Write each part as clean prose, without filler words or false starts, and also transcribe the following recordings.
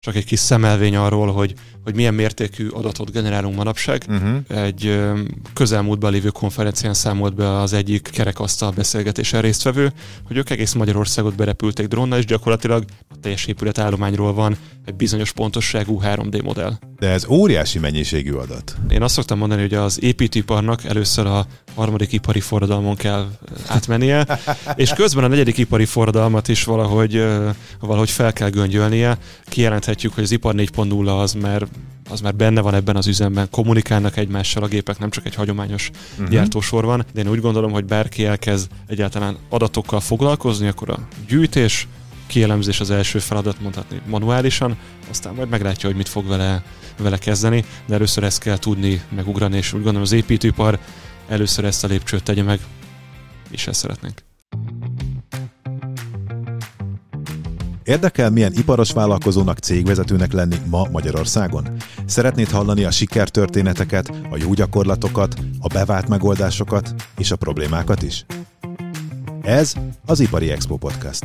csak egy kis szemelvény arról, hogy milyen mértékű adatot generálunk manapság. Egy közelmúltban lévő konferencián számolt be az egyik kerekasztal beszélgetésen résztvevő, hogy ők egész Magyarországot berepülték drónnal, és gyakorlatilag a teljes épületállományról van egy bizonyos pontosságú 3D modell. De ez óriási mennyiségű adat. Én azt szoktam mondani, hogy az építőiparnak először a harmadik ipari forradalmon kell átmennie, és közben a negyedik ipari forradalmat is valahogy fel kell göngyölnie. Kijelenthetjük, hogy az ipar 4.0 az már benne van ebben az üzemben, kommunikálnak egymással a gépek, nem csak egy hagyományos gyártósor van, de én úgy gondolom, hogy bárki elkezd egyáltalán adatokkal foglalkozni, akkor a gyűjtés, kielemzés az első feladat, mondhatni manuálisan, aztán majd meglátja, hogy mit fog vele kezdeni, de először ezt kell tudni megugrani, és úgy gondolom az építőipar először ezt a lépcsőt tegye meg, és ezt szeretnénk. Érdekel, milyen iparos vállalkozónak, cégvezetőnek lenni ma Magyarországon? Szeretnéd hallani a sikertörténeteket, a jó gyakorlatokat, a bevált megoldásokat és a problémákat is? Ez az Ipari Expo Podcast.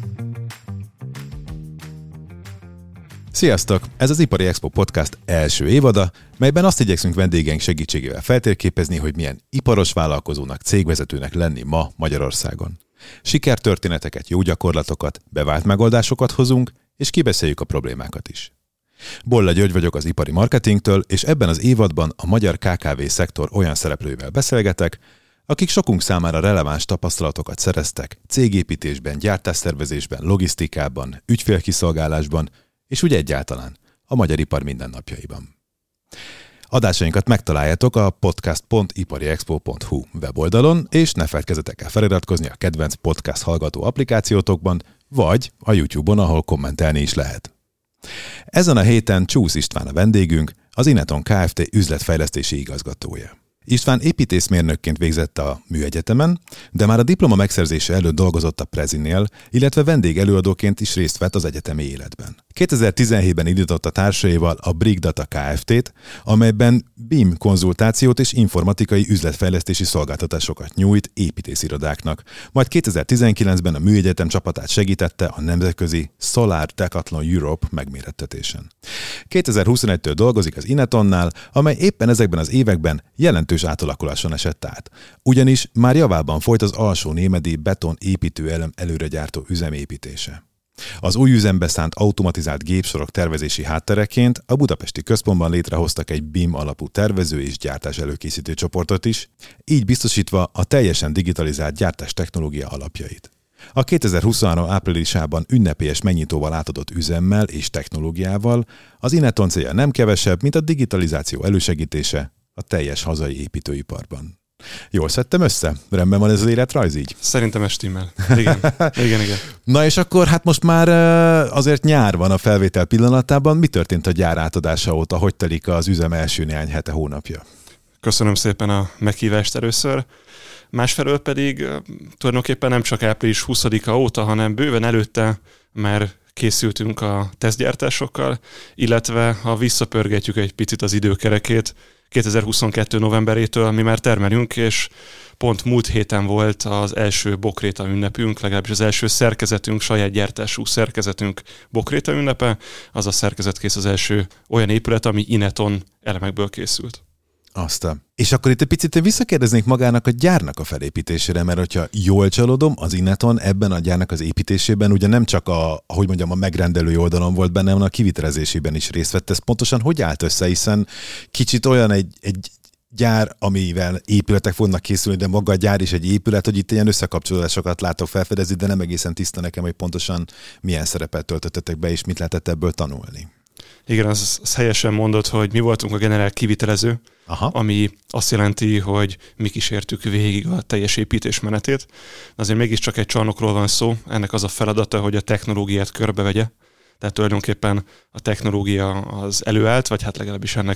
Sziasztok! Ez az Ipari Expo Podcast első évada, melyben azt igyekszünk vendégeink segítségével feltérképezni, hogy milyen iparos vállalkozónak, cégvezetőnek lenni ma Magyarországon. Sikertörténeteket, jó gyakorlatokat, bevált megoldásokat hozunk, és kibeszéljük a problémákat is. Bolla György vagyok az ipari marketingtől, és ebben az évadban a magyar KKV-szektor olyan szereplőivel beszélgetek, akik sokunk számára releváns tapasztalatokat szereztek cégépítésben, gyártásszervezésben, logisztikában, ügyfélkiszolgálásban, és úgy egyáltalán a magyar ipar mindennapjaiban. Adásainkat megtaláljátok a podcast.ipariexpo.hu weboldalon, és ne feledkezzetek el feliratkozni a kedvenc podcast hallgató applikációtokban, vagy a YouTube-on, ahol kommentelni is lehet. Ezen a héten Csúsz István a vendégünk, az Ineton Kft. Üzletfejlesztési igazgatója. István építészmérnökként végzett a Műegyetemen, de már a diploma megszerzése előtt dolgozott a Prezinél, illetve vendégelőadóként is részt vett az egyetemi életben. 2017-ben indította társaival a Brigdata Kft., amelyben BIM konzultációt és informatikai üzletfejlesztési szolgáltatásokat nyújt építészirodáknak. Majd 2019-ben a Műegyetem csapatát segítette a nemzetközi Solar Decathlon Europe megmérettetésen. 2021-től dolgozik az Inetonnál, amely éppen ezekben az években jelentős átalakuláson esett át. Ugyanis már javában folyt az Alsó-Némedi beton építőelem előregyártó üzemépítése. Az új üzembe szánt automatizált gépsorok tervezési háttereként a budapesti központban létrehoztak egy BIM alapú tervező és gyártás előkészítő csoportot is, így biztosítva a teljesen digitalizált gyártás technológia alapjait. A 2023 áprilisában ünnepélyes megnyitóval átadott üzemmel és technológiával az Ineton célja nem kevesebb, mint a digitalizáció elősegítése a teljes hazai építőiparban. Jól szedtem össze? Rendben van ez az életrajz így? Szerintem ez stimmel. Igen. Na és akkor hát most már azért nyár van a felvétel pillanatában. Mi történt a gyár átadása óta? Hogy telik az üzem első néhány hete, hónapja? Köszönöm szépen a meghívást először. Másfelől pedig tulajdonképpen nem csak április 20-a óta, hanem bőven előtte már készültünk a tesztgyártásokkal, illetve ha visszapörgetjük egy picit az időkerekét, 2022. novemberétől mi már termelünk, és pont múlt héten volt az első bokréta ünnepünk, legalábbis az első szerkezetünk, saját gyártású szerkezetünk bokréta ünnepe, az a szerkezet kész az első olyan épület, ami Ineton elemekből készült. Aztán. És akkor itt egy picit visszakérdeznék magának a gyárnak a felépítésére, mert hogyha jól csalódom, az Ineton ebben a gyárnak az építésében ugye nem csak a megrendelői oldalon volt benne, hanem a kivitelezésében is részt vett. Ez pontosan hogy állt össze, hiszen kicsit olyan egy gyár, amivel épületek fognak készülni, de maga a gyár is egy épület, hogy itt ilyen összekapcsolódásokat látok felfedezni, de nem egészen tiszta nekem, hogy pontosan milyen szerepet töltöttetek be, és mit lehetett ebből tanulni. Igen, az helyesen mondod, hogy mi voltunk a generál kivitelező, ami azt jelenti, hogy mi kísértük végig a teljes építés menetét. Azért mégiscsak egy csarnokról van szó, ennek az a feladata, hogy a technológiát körbevegye. Tehát tulajdonképpen a technológia az előállt, vagy hát legalábbis ennek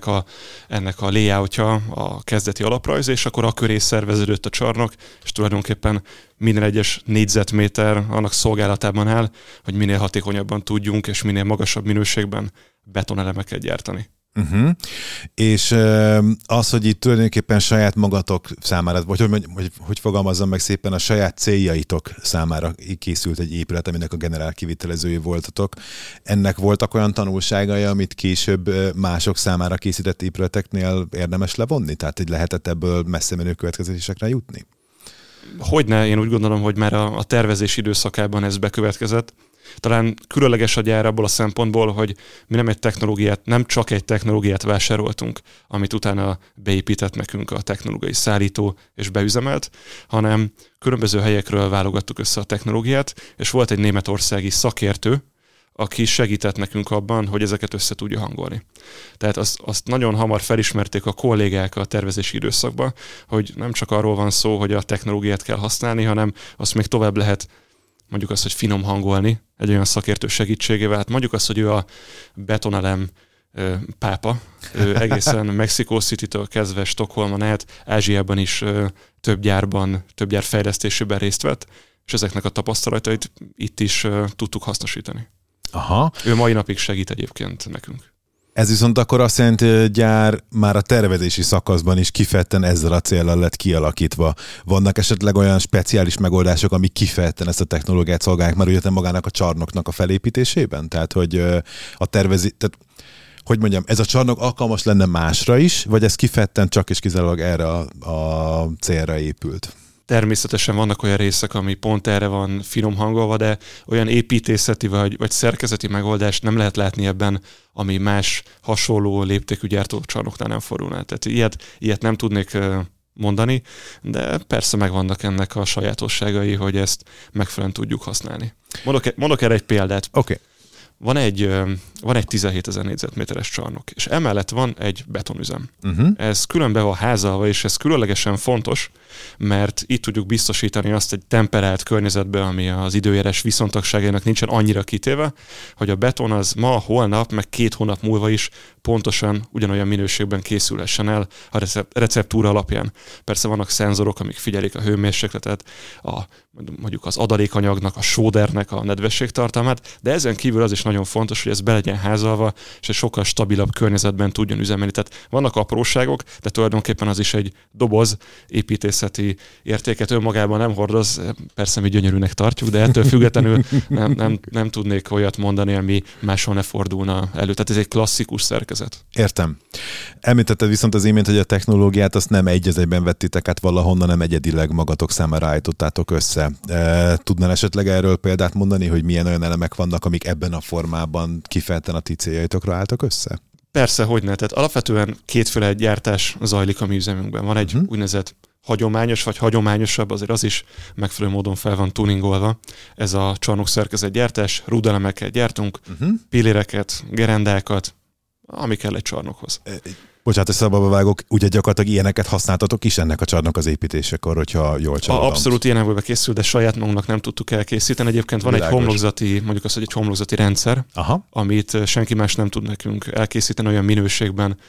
a layoutja, a kezdeti alaprajz, és akkor a köré szerveződött a csarnok, és tulajdonképpen minden egyes négyzetméter annak szolgálatában áll, hogy minél hatékonyabban tudjunk, és minél magasabb minőségben betonelemeket gyártani. És az, hogy itt tulajdonképpen saját magatok számára, vagy hogy fogalmazzam meg szépen, a saját céljaitok számára készült egy épület, aminek a generál kivitelezői voltatok. Ennek voltak olyan tanulságai, amit később mások számára készített épületeknél érdemes levonni? Tehát, hogy lehetett ebből messze menő következtetésekre jutni? Hogyne, én úgy gondolom, hogy már a tervezés időszakában ez bekövetkezett. Talán különleges a gyár abból a szempontból, hogy mi nem csak egy technológiát vásároltunk, amit utána beépített nekünk a technológiai szállító és beüzemelt, hanem különböző helyekről válogattuk össze a technológiát, és volt egy németországi szakértő, aki segített nekünk abban, hogy ezeket össze tudja hangolni. Tehát azt nagyon hamar felismerték a kollégák a tervezési időszakban, hogy nem csak arról van szó, hogy a technológiát kell használni, hanem azt még tovább lehet mondjuk azt, hogy finom hangolni egy olyan szakértő segítségével. Hát mondjuk azt, hogy ő a betonelem pápa, ő egészen Mexico City-től kezdve Stockholmon át, Ázsiában is több gyár fejlesztésében részt vett, és ezeknek a tapasztalatait itt is tudtuk hasznosítani. Aha. Ő mai napig segít egyébként nekünk. Ez viszont akkor azt jelenti, hogy a gyár már a tervezési szakaszban is kifejezetten ezzel a céllal lett kialakítva. Vannak esetleg olyan speciális megoldások, amik kifejezetten ezt a technológiát szolgálják, már ugye magának a csarnoknak a felépítésében? Tehát, hogy hogy mondjam, ez a csarnok alkalmas lenne másra is, vagy ez kifejezetten csak és kizárólag erre a célra épült? Természetesen vannak olyan részek, ami pont erre van finom hangolva, de olyan építészeti vagy szerkezeti megoldást nem lehet látni ebben, ami más hasonló léptékű gyártócsarnoknál nem fordulna. Tehát ilyet nem tudnék mondani, de persze megvannak ennek a sajátosságai, hogy ezt megfelelően tudjuk használni. Mondok erre egy példát. Okay. Van egy 17 000 négyzetméteres csarnok, és emellett van egy betonüzem. Ez különbe van házalva, és ez különlegesen fontos, mert itt tudjuk biztosítani azt egy temperált környezetben, ami az időjárás viszontagságának nincsen annyira kitéve, hogy a beton az ma, holnap, meg 2 hónap múlva is pontosan ugyanolyan minőségben készülhessen el a receptúra alapján. Persze vannak szenzorok, amik figyelik a hőmérsékletet, mondjuk az adalékanyagnak, a sódernek a nedvességtartalmát, de ezen kívül az is nagyon fontos, hogy ez be legyen házalva, és egy sokkal stabilabb környezetben tudjon üzemelni. Tehát vannak apróságok, de tulajdonképpen az is egy doboz építészeti értéket önmagában nem hordoz, persze mi gyönyörűnek tartjuk, de ettől függetlenül nem tudnék olyat mondani, ami máshol ne fordulna elő. Tehát ez egy klasszikus szerkezet. Értem. Említetted viszont az imént, hogy a technológiát azt nem egy az egyben vettétek át valahonnan, nem egyedileg magatok számára állítottátok össze. Tudnál esetleg erről példát mondani, hogy milyen olyan elemek vannak, amik ebben a formában kifejezetten a ti céljaitokra álltak össze? Persze, hogyne. Tehát alapvetően kétféle gyártás zajlik a mi üzemünkben. Van egy úgynevezett hagyományos, vagy hagyományosabb, azért az is megfelelő módon fel van tuningolva. Ez a csarnokszerkezet gyártás, rúdelemeket gyártunk, pilléreket, gerendákat, ami kell egy csarnokhoz. Bocsánat, hogy szabadba vágok, ugye gyakorlatilag ilyeneket használtatok is ennek a csarnok az építésekor, hogyha jól csalódom. Abszolút ilyenekből készül, de saját magunknak nem tudtuk elkészíteni. Egyébként van egy homlokzati, mondjuk az, hogy egy homlokzati rendszer, amit senki más nem tud nekünk elkészíteni olyan minőségben,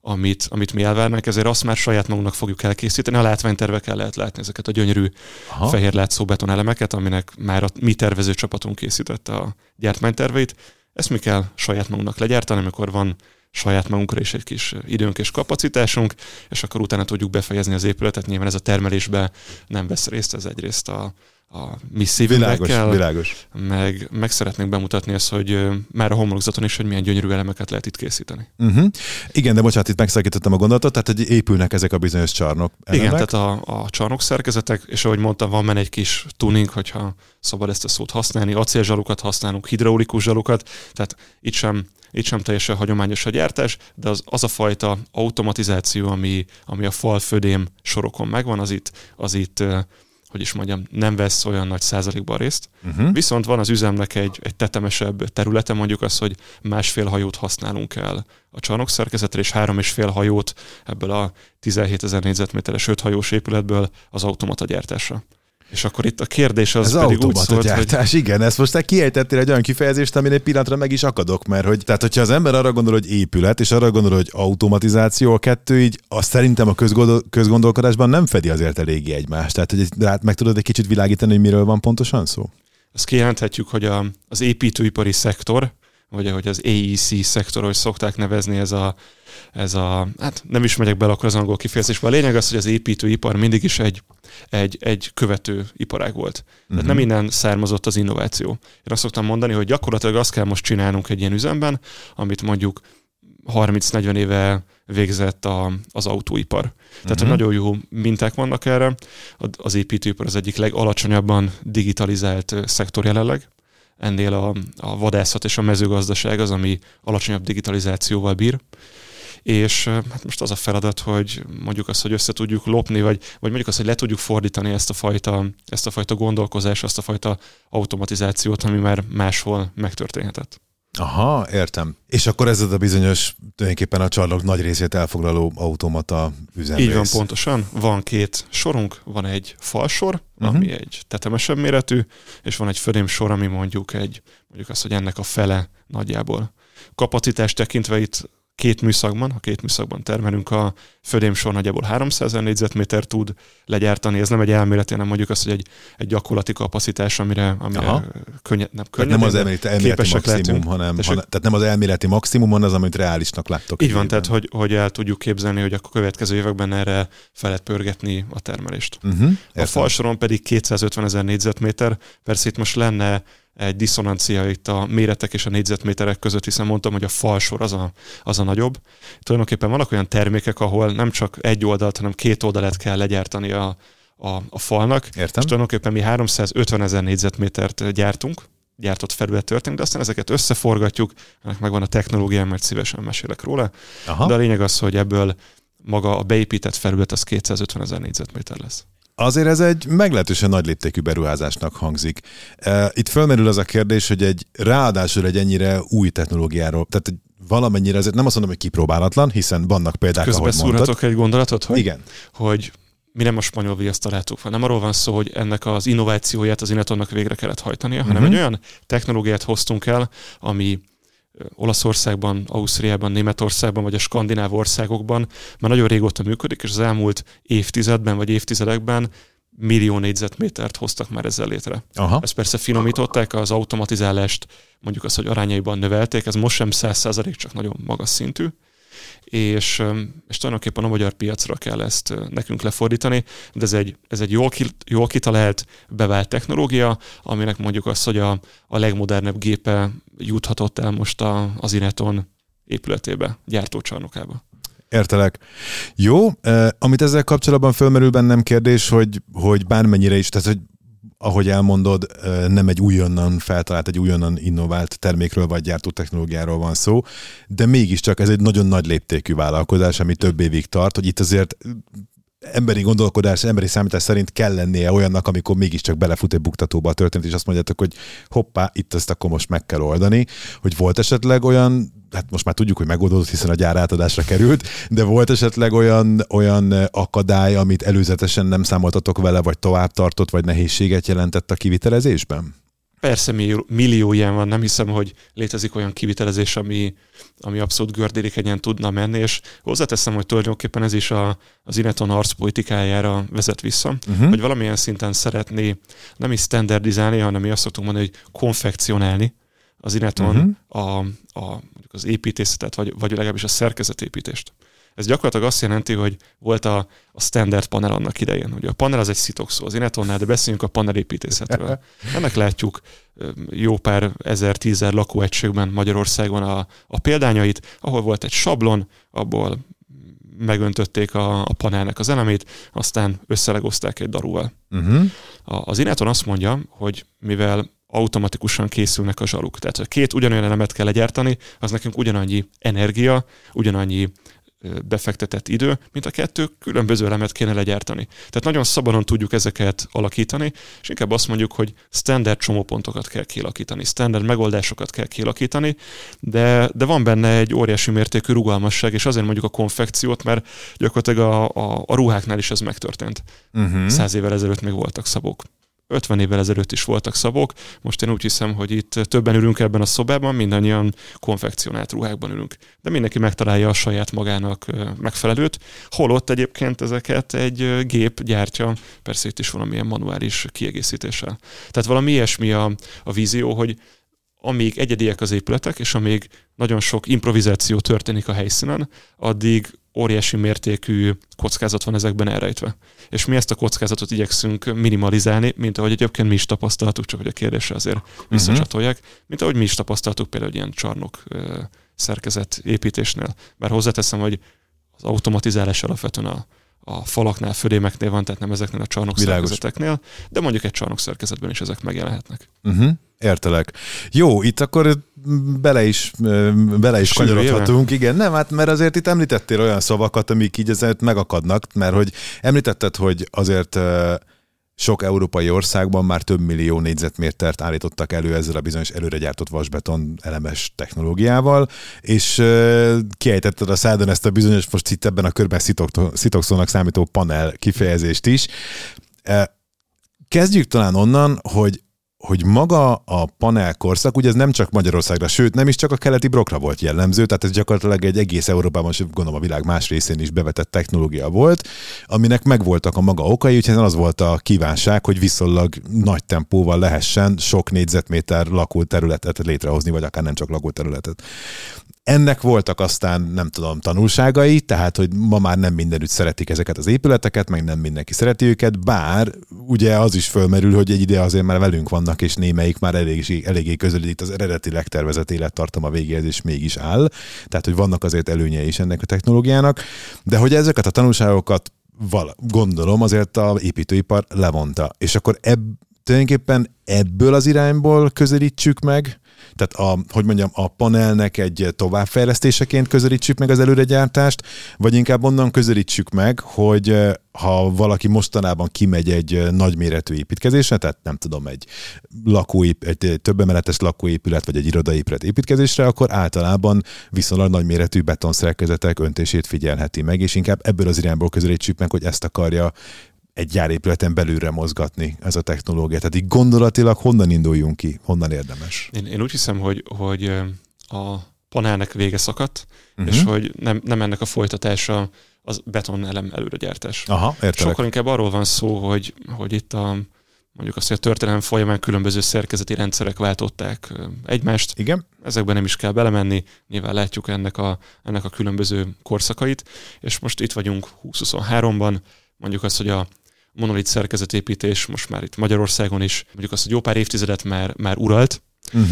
amit mi elvárnánk, ezért azt már saját magunknak fogjuk elkészíteni. A látványtervekkel lehet látni ezeket a gyönyörű fehér látszó betonelemeket, aminek már a mi tervező csapatunk készítette a gyártmányterveit. Ezt mi kell saját magunknak legyártani, amikor van saját magunkra is egy kis időnk és kapacitásunk, és akkor utána tudjuk befejezni az épületet. Nyilván ez a termelésben nem vesz részt, ez egyrészt a mi szívünkkel, világos. Meg szeretnénk bemutatni ezt, hogy már a homlokzaton is, hogy milyen gyönyörű elemeket lehet itt készíteni. Igen, de bocsánat, itt megszakítottam a gondolatot, tehát hogy épülnek ezek a bizonyos csarnok elemek. Igen, tehát a csarnok szerkezetek, és ahogy mondtam, van benne egy kis tuning, hogyha szabad ezt a szót használni, acélzsalukat használunk, hidraulikus zsalukat, tehát itt sem teljesen hagyományos a gyártás, de az a fajta automatizáció, ami a falfödém sorokon megvan, az itt hogy is mondjam, nem vesz olyan nagy százalékban részt. Viszont van az üzemnek egy tetemesebb területe, mondjuk az, hogy 1,5 hajót használunk el a csarnokszerkezetre, és 3,5 hajót ebből a 17 000 négyzetméteres 5 hajós épületből az automata gyártásra. És akkor itt a kérdés az ez pedig úgy szólt, gyártás, hogy... Igen, ezt most te kiejtettél egy olyan kifejezést, amin egy pillanatra meg is akadok, mert hogy, tehát hogyha az ember arra gondol, hogy épület, és arra gondol, hogy automatizáció, a kettő így, azt szerintem a közgondolkodásban nem fedi azért eléggé egymást. Tehát, hogy meg tudod egy kicsit világítani, hogy miről van pontosan szó? Azt kijelenthetjük, hogy az építőipari szektor, vagy ahogy az AEC szektor, ahogy szokták nevezni, ez a hát nem is megyek bele akkor az angol kifejezésbe. A lényeg az, hogy az építőipar mindig is egy követő iparág volt. Tehát nem innen származott az innováció. Én azt szoktam mondani, hogy gyakorlatilag azt kell most csinálnunk egy ilyen üzemben, amit mondjuk 30-40 éve végzett az autóipar. Tehát nagyon jó minták vannak erre. Az építőipar az egyik legalacsonyabban digitalizált szektor jelenleg. Ennél a vadászat és a mezőgazdaság az, ami alacsonyabb digitalizációval bír. És hát most az a feladat, hogy mondjuk azt, hogy össze tudjuk lopni, vagy mondjuk azt, hogy le tudjuk fordítani ezt a fajta gondolkozást, azt a fajta automatizációt, ami már máshol megtörténhetett. Aha, értem. És akkor ez a bizonyos, tulajdonképpen a csarnok nagy részét elfoglaló automata üzemrész. Így van, pontosan. Van 2 sorunk, van egy falsor, ami egy tetemesebb méretű, és van egy födémsor, ami mondjuk azt, hogy ennek a fele nagyjából. Kapacitás tekintve itt 2 műszakban termelünk, a födémsor nagyjából 300 négyzetméter tud legyártani. Ez nem egy elméleti, hanem mondjuk azt, hogy egy gyakorlati kapacitás, amire nem az elméleti maximum, tehát nem az elméleti maximum, hanem az, amit reálisnak láttok. Így van, tehát hogy el tudjuk képzelni, hogy a következő években erre fel lehet pörgetni a termelést. A falsoron pedig 250 000 négyzetméter. Persze itt most lenne egy diszonancia itt a méretek és a négyzetméterek között, hiszen mondtam, hogy a falsor az a nagyobb. Tulajdonképpen vannak olyan termékek, ahol nem csak egy oldalt, hanem 2 oldalát kell legyártani a falnak. Értem. És tulajdonképpen mi 350 000 négyzetmétert gyártott felület történik, de aztán ezeket összeforgatjuk, ennek megvan a technológia, mert szívesen mesélek róla. Aha. De a lényeg az, hogy ebből maga a beépített felület az 250 000 négyzetméter lesz. Azért ez egy meglehetősen nagy léptékű beruházásnak hangzik. Itt fölmerül az a kérdés, hogy ráadásul egy ennyire új technológiáról, tehát valamennyire azért nem azt mondom, hogy kipróbálatlan, hiszen vannak példák, ahogy mondtad. Közbeszúrhatok egy gondolatot? Igen. Hogy mi nem a spanyol viaszt találtuk fel. Nem arról van szó, hogy ennek az innovációját az Inetonnak végre kellett hajtania, hanem egy olyan technológiát hoztunk el, ami Olaszországban, Ausztriában, Németországban vagy a skandináv országokban már nagyon régóta működik, és az elmúlt évtizedben vagy évtizedekben millió négyzetmétert hoztak már ezzel létre. Aha. Ezt persze finomították, az automatizálást mondjuk azt, hogy arányaiban növelték, ez most sem 100%, csak nagyon magas szintű, és tulajdonképpen a magyar piacra kell ezt nekünk lefordítani, de ez egy jól kitalált, bevált technológia, aminek mondjuk azt, hogy a legmodernebb gépe juthatott el most az Ineton épületébe, gyártócsarnokába. Értelek. Jó, amit ezzel kapcsolatban fölmerül bennem kérdés, hogy bármennyire is, tehát hogy ahogy elmondod, nem egy újonnan feltalált, egy újonnan innovált termékről vagy gyártó technológiáról van szó, de mégiscsak ez egy nagyon nagy léptékű vállalkozás, ami több évig tart, hogy itt azért emberi gondolkodás, emberi számítás szerint kell lennie olyannak, amikor mégiscsak belefut egy buktatóba a történet, és azt mondjátok, hogy hoppá, itt ezt akkor most meg kell oldani, hogy volt esetleg olyan, hát most már tudjuk, hogy megoldódott, hiszen a gyár átadásra került, de volt esetleg olyan akadály, amit előzetesen nem számoltatok vele, vagy tovább tartott, vagy nehézséget jelentett a kivitelezésben? Persze millió ilyen van, nem hiszem, hogy létezik olyan kivitelezés, ami abszolút gördékenyen tudna menni, és hozzáteszem, hogy tulajdonképpen ez is az Ineton arcpolitikájára vezet vissza, hogy valamilyen szinten szeretné nem is standardizálni, hanem mi azt szoktunk mondani, hogy konfekcionálni az Ineton mondjuk az építészetet, vagy legalábbis a szerkezetépítést. Ez gyakorlatilag azt jelenti, hogy volt a standard panel annak idején. Ugye a panel az egy szitok szó az Inetonnál, de beszéljünk a panelépítészetről. Ennek látjuk jó pár 1000-10 lakóegységben Magyarországon a példányait, ahol volt egy sablon, abból megöntötték a panelnek az elemét, aztán összelegozták egy daruval. Az Ineton azt mondja, hogy mivel automatikusan készülnek a zsaluk, tehát ha 2 ugyanolyan elemet kell legyártani, az nekünk ugyanannyi energia, ugyanannyi befektetett idő, mint a 2 különböző elemet kéne legyártani. Tehát nagyon szabadon tudjuk ezeket alakítani, és inkább azt mondjuk, hogy standard csomópontokat kell kialakítani, standard megoldásokat kell kialakítani, de van benne egy óriási mértékű rugalmasság, és azért mondjuk a konfekciót, mert gyakorlatilag a ruháknál is ez megtörtént. 100 évvel ezelőtt még voltak szabók. 50 évvel ezelőtt is voltak szabók, most én úgy hiszem, hogy itt többen ülünk ebben a szobában, mindannyian konfekcionált ruhákban ülünk. De mindenki megtalálja a saját magának megfelelőt, holott egyébként ezeket egy gép gyártja, persze itt is valamilyen manuális kiegészítéssel. Tehát valami ilyesmi a vízió, hogy amíg egyediek az épületek, és amíg nagyon sok improvizáció történik a helyszínen, addig óriási mértékű kockázat van ezekben elrejtve. És mi ezt a kockázatot igyekszünk minimalizálni, mint ahogy egyébként mi is tapasztaltuk, csak hogy a kérdésre azért visszacsatolják, mint ahogy mi is tapasztaltuk például egy ilyen csarnok szerkezet építésnél. Bár hozzáteszem, hogy az automatizálás alapvetően a falaknál, födémeknél van, tehát nem ezeknél a csarnokszerkezeteknél, de mondjuk egy csarnokszerkezetben is ezek megjelenhetnek. Értelek. Jó, itt akkor bele is kanyarodhatunk. Igen, nem, hát mert azért itt említettél olyan szavakat, amik így azért megakadnak, mert hogy említetted, hogy azért sok európai országban már több millió négyzetmétert állítottak elő ezzel a bizonyos előre gyártott vasbeton elemes technológiával, és kiejtetted a szádon ezt a bizonyos, most itt ebben a körben szitokszónak számító panel kifejezést is. Kezdjük talán onnan, hogy maga a panel korszak, ugye ez nem csak Magyarországra, sőt nem is csak a keleti blokkra volt jellemző, tehát ez gyakorlatilag egy egész Európában, és gondolom a világ más részén is bevetett technológia volt, aminek megvoltak a maga okai, úgyhogy az volt a kívánság, hogy viszonylag nagy tempóval lehessen sok négyzetméter lakóterületet létrehozni, vagy akár nem csak lakóterületet. Ennek voltak aztán, nem tudom, tanulságai, tehát, hogy ma már nem mindenütt szeretik ezeket az épületeket, meg nem mindenki szereti őket, bár ugye az is fölmerül, hogy egy ide azért már velünk vannak, és némelyik már eléggé közelít az eredetileg tervezett élettartama végéhez, és mégis áll. Tehát, hogy vannak azért előnyei is ennek a technológiának, de hogy ezeket a tanulságokat gondolom azért az építőipar levonta. És akkor tulajdonképpen ebből az irányból közelítsük meg, tehát a panelnek egy továbbfejlesztéseként közelítsük meg az előregyártást, vagy inkább onnan közelítsük meg, hogy ha valaki mostanában kimegy egy nagyméretű építkezésre, tehát nem tudom, egy többemeletes lakóépület, vagy egy irodaépület építkezésre, akkor általában viszonylag nagyméretű betonszerkezetek öntését figyelheti meg, és inkább ebből az irányból közelítsük meg, hogy ezt akarja egy gyárépületen belülre mozgatni ez a technológia. Tehát így gondolatilag honnan induljunk ki, honnan érdemes? Én úgy hiszem, hogy a panelnek vége szakadt, és hogy nem ennek a folytatása az beton elem előregyártás. Aha, értelek. Sokkal inkább arról van szó, hogy itt mondjuk azt, hogy a történelem folyamán különböző szerkezeti rendszerek váltották egymást. Igen. Ezekben nem is kell belemenni, nyilván látjuk ennek a különböző korszakait, és most itt vagyunk 2023-ban, mondjuk azt, hogy a monolit szerkezetépítés most már itt Magyarországon is, mondjuk azt, hogy jó pár évtizedet már uralt,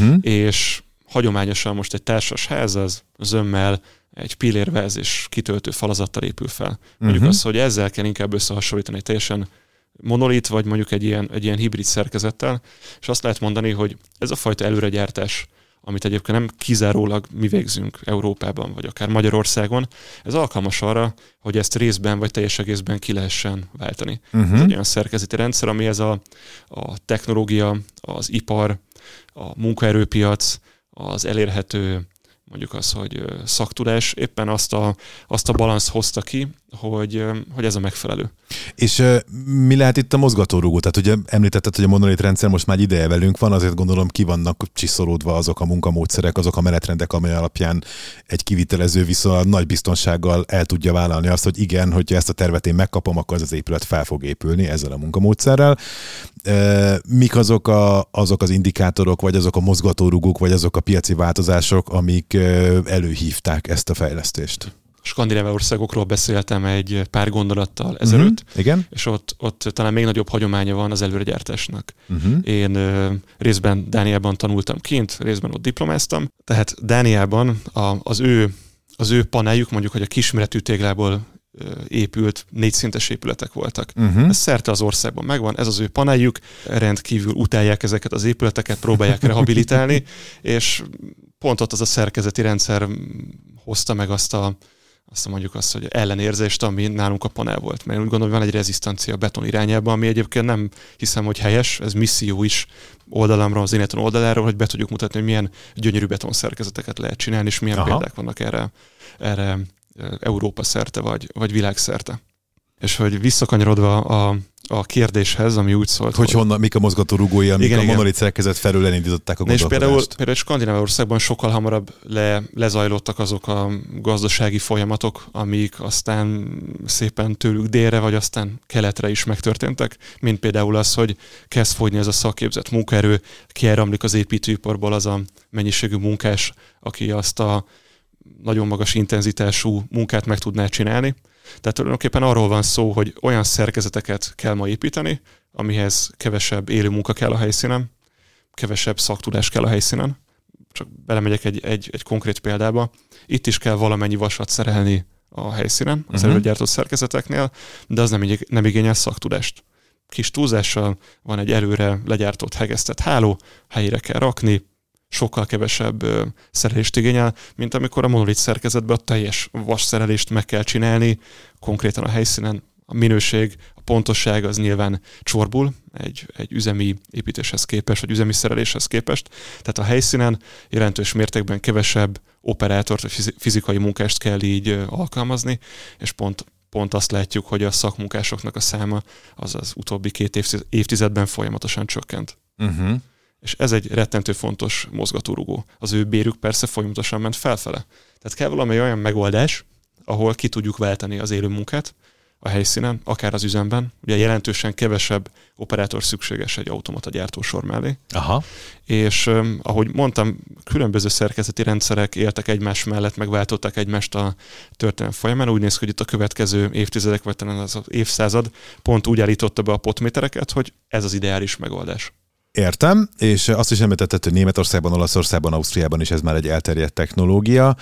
és hagyományosan most egy társas ház az zömmel, egy pillérváz és kitöltő falazattal épül fel. Mondjuk azt, hogy ezzel kell inkább összehasonlítani egy teljesen monolit, vagy mondjuk egy ilyen hibrid szerkezettel, és azt lehet mondani, hogy ez a fajta előregyártás, amit egyébként nem kizárólag mi végzünk Európában, vagy akár Magyarországon, ez alkalmas arra, hogy ezt részben vagy teljes egészben ki lehessen váltani. Ez egy olyan szerkezeti rendszer, ami ez a technológia, az ipar, a munkaerőpiac, az elérhető, mondjuk az, hogy szaktudás éppen azt a balansz hozta ki, hogy ez a megfelelő. És mi lehet itt a mozgatórugó? Tehát ugye említetted, hogy a monolit rendszer most már ideje velünk van, azért gondolom ki vannak csiszolódva azok a munkamódszerek, azok a menetrendek, amely alapján egy kivitelező viszont nagy biztonsággal el tudja vállalni azt, hogy igen, hogyha ezt a tervet én megkapom, akkor az épület fel fog épülni ezzel a munkamódszerrel. Mik azok az indikátorok, vagy azok a mozgatórugók, vagy azok a piaci változások, amik előhívták ezt a fejlesztést? Skandináv országokról beszéltem egy pár gondolattal ezelőtt, igen? És ott talán még nagyobb hagyománya van az előregyártásnak. Én részben Dániában tanultam kint, részben ott diplomáztam. Tehát Dániában az ő paneljük, mondjuk, hogy a kisméretű téglából épült 4 szintes épületek voltak. Ez szerte az országban megvan, ez az ő paneljük, rendkívül utálják ezeket az épületeket, próbálják rehabilitálni, és pont ott az a szerkezeti rendszer hozta meg azt mondjuk azt, hogy ellenérzést, ami nálunk a panel volt. Mert úgy gondolom, hogy van egy rezisztancia a beton irányában, ami egyébként nem hiszem, hogy helyes, ez misszió is oldalamra, az Ineton oldaláról, hogy be tudjuk mutatni, hogy milyen gyönyörű beton szerkezeteket lehet csinálni, és milyen példák vannak erre Európa szerte, vagy világszerte. És hogy visszakanyarodva a kérdéshez, ami úgy szólt, hogy honnan, mik a mozgató rugói, amik igen, a monolit szerkezet felül elindították a gondolkodást. És például Skandinávországban sokkal hamarabb lezajlottak azok a gazdasági folyamatok, amik aztán szépen tőlük délre, vagy aztán keletre is megtörténtek, mint például az, hogy kezd fogyni ez a szakképzett munkaerő, kiáramlik az építőiparból az a mennyiségű munkás, aki azt a nagyon magas intenzitású munkát meg tudná csinálni. Tehát tulajdonképpen arról van szó, hogy olyan szerkezeteket kell ma építeni, amihez kevesebb élő munka kell a helyszínen, kevesebb szaktudás kell a helyszínen. Csak belemegyek egy konkrét példába. Itt is kell valamennyi vasat szerelni a helyszínen, az előgyártott szerkezeteknél, de az nem igényel szaktudást. Kis túlzással van egy előre legyártott hegesztett háló, helyére kell rakni, sokkal kevesebb szerelést igényel, mint amikor a monolit szerkezetben a teljes vasszerelést meg kell csinálni, konkrétan a helyszínen. A minőség, a pontosság az nyilván csorbul egy üzemi építéshez képest, vagy üzemi szereléshez képest. Tehát a helyszínen jelentős mértékben kevesebb operátort, vagy fizikai munkást kell így alkalmazni, és pont azt látjuk, hogy a szakmunkásoknak a száma az utóbbi 2 évtizedben folyamatosan csökkent. És ez egy rettentő fontos mozgatórugó. Az ő bérük persze folyamatosan ment felfele. Tehát kell valami olyan megoldás, ahol ki tudjuk váltani az élő munkát a helyszínen, akár az üzemben. Ugye jelentősen kevesebb operátor szükséges egy automata gyártósor mellé. Aha. És ahogy mondtam, különböző szerkezeti rendszerek éltek egymás mellett, megváltották egymást a történelem folyamán. Úgy néz ki, hogy itt a következő évtizedek, vagy talán az évszázad pont úgy állította be a potmétereket, hogy ez az ideális megoldás. Értem, és azt is említetted, hogy Németországban, Olaszországban, Ausztriában is ez már egy elterjedt technológia.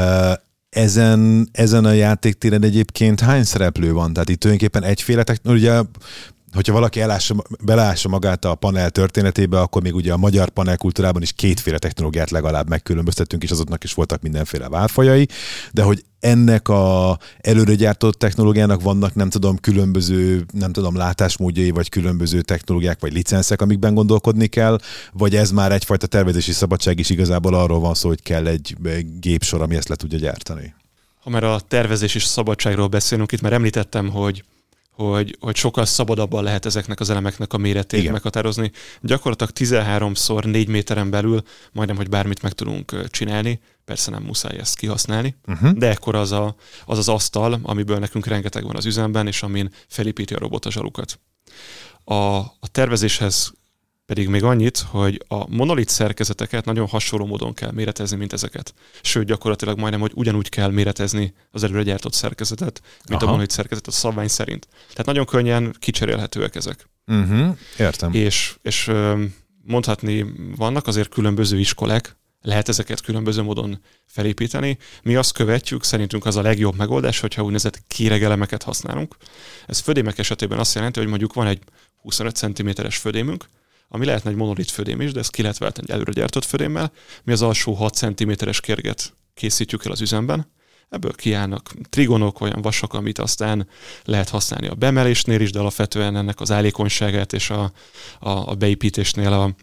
Ezen a játéktéren egyébként hány szereplő van? Tehát itt tulajdonképpen egyféle technológia, hogyha valaki beleássa magát a panel történetébe, akkor még ugye a magyar panelkultúrában is 2 technológiát legalább megkülönböztettünk, és azoknak is voltak mindenféle válfajai, de hogy ennek a előre gyártott technológiának vannak, különböző, látásmódjai, vagy különböző technológiák, vagy licenszek, amikben gondolkodni kell, vagy ez már egyfajta tervezési szabadság is, igazából arról van szó, hogy kell egy gépsor, ami ezt le tudja gyártani. Ha már a tervezési szabadságról beszélünk, itt már említettem, hogy sokkal szabadabban lehet ezeknek az elemeknek a méretét meghatározni. Gyakorlatilag 13x4 méteren belül majdnem, hogy bármit meg tudunk csinálni. Persze nem muszáj ezt kihasználni, de ekkor az az asztal, amiből nekünk rengeteg van az üzemben, és amin felépíti a robot a zsalukat. A tervezéshez pedig még annyit, hogy a monolit szerkezeteket nagyon hasonló módon kell méretezni, mint ezeket. Sőt, gyakorlatilag majdnem, hogy ugyanúgy kell méretezni az előre gyártott szerkezetet, mint a monolit szerkezet a szabvány szerint. Tehát nagyon könnyen kicserélhetőek ezek. Értem. És mondhatni, vannak azért különböző iskolák, lehet ezeket különböző módon felépíteni. Mi azt követjük, szerintünk az a legjobb megoldás, hogyha úgynevezett kéregelemeket használunk. Ez födémek esetében azt jelenti, hogy mondjuk van egy 25 cm-es födémünk, ami lehetne egy monolit födém is, de ezt ki lehet váltani egy előre gyártott födémmel. Mi az alsó 6 cm-es kérget készítjük el az üzemben. Ebből kiállnak trigonok, olyan vasak, amit aztán lehet használni a beemelésnél is, de alapvetően ennek az állékonyságát és a beépítésnél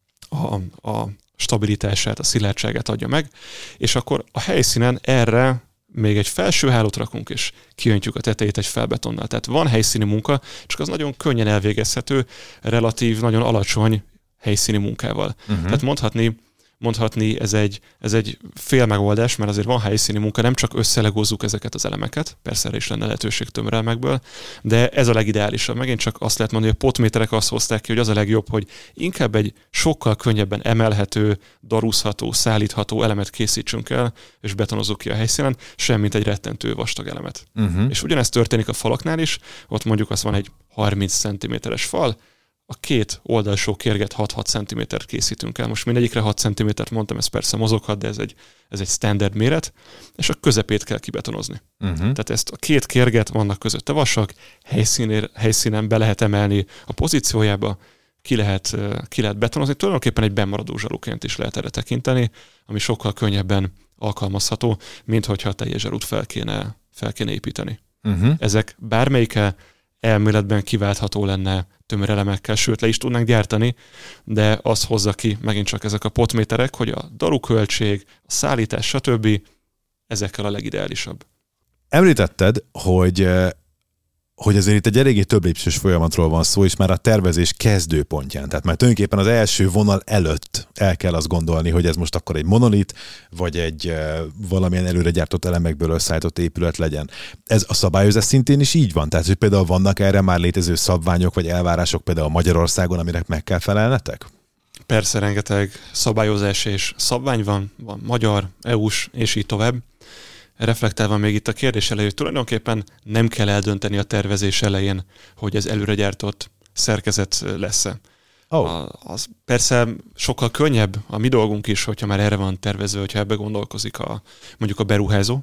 a stabilitását, a szilárdságát adja meg. És akkor a helyszínen erre még egy felső hálót rakunk, és kiöntjük a tetejét egy felbetonnal. Tehát van helyszíni munka, csak az nagyon könnyen elvégezhető, relatív, nagyon alacsony helyszíni munkával. Tehát mondhatni ez egy fél megoldás, mert azért van helyszíni munka, nem csak összelegózzuk ezeket az elemeket, persze erre is lenne lehetőség tömörelemekből, de ez a legideálisabb. Megint csak azt lehet mondani, hogy a potméterek azt hozták ki, hogy az a legjobb, hogy inkább egy sokkal könnyebben emelhető, darúzható, szállítható elemet készítsünk el, és betonozzuk ki a helyszínen, semmint egy rettentő vastag elemet. És ugyanezt történik a falaknál is, ott mondjuk az van egy 30 cm-es fal, a 2 oldalsó kérget 6-6 cm-t készítünk el. Most mindegyikre 6 cm-t mondtam, ez persze mozoghat, de ez egy standard méret, és a közepét kell kibetonozni. Tehát ezt a 2 kérget, vannak közötte vasak, helyszínen be lehet emelni a pozíciójába, ki lehet betonozni. Tulajdonképpen egy bennmaradó zsaluként is lehet erre tekinteni, ami sokkal könnyebben alkalmazható, mint hogyha a teljes zsarut fel kéne építeni. Ezek bármelyike elméletben kiváltható lenne tömörelemekkel, sőt le is tudnánk gyártani, de azt hozza ki megint csak ezek a potméterek, hogy a daruköltség, a szállítás, stb. Ezekkel a legideálisabb. Említetted, hogy hogy azért itt egy eléggé több lépcsős folyamatról van szó, és már a tervezés kezdőpontján. Tehát már tulajdonképpen az első vonal előtt el kell azt gondolni, hogy ez most akkor egy monolit, vagy egy valamilyen előre gyártott elemekből összeállított épület legyen. Ez a szabályozás szintén is így van? Tehát, hogy például vannak erre már létező szabványok, vagy elvárások például Magyarországon, aminek meg kell felelnetek? Persze, rengeteg szabályozás és szabvány van magyar, EU-s, és így tovább. Reflektálva még itt a kérdés elején, hogy tulajdonképpen nem kell eldönteni a tervezés elején, hogy ez előregyártott szerkezet lesz-e. Az persze sokkal könnyebb a mi dolgunk is, hogyha már erre van tervezve, hogyha ebbe gondolkozik mondjuk a beruházó.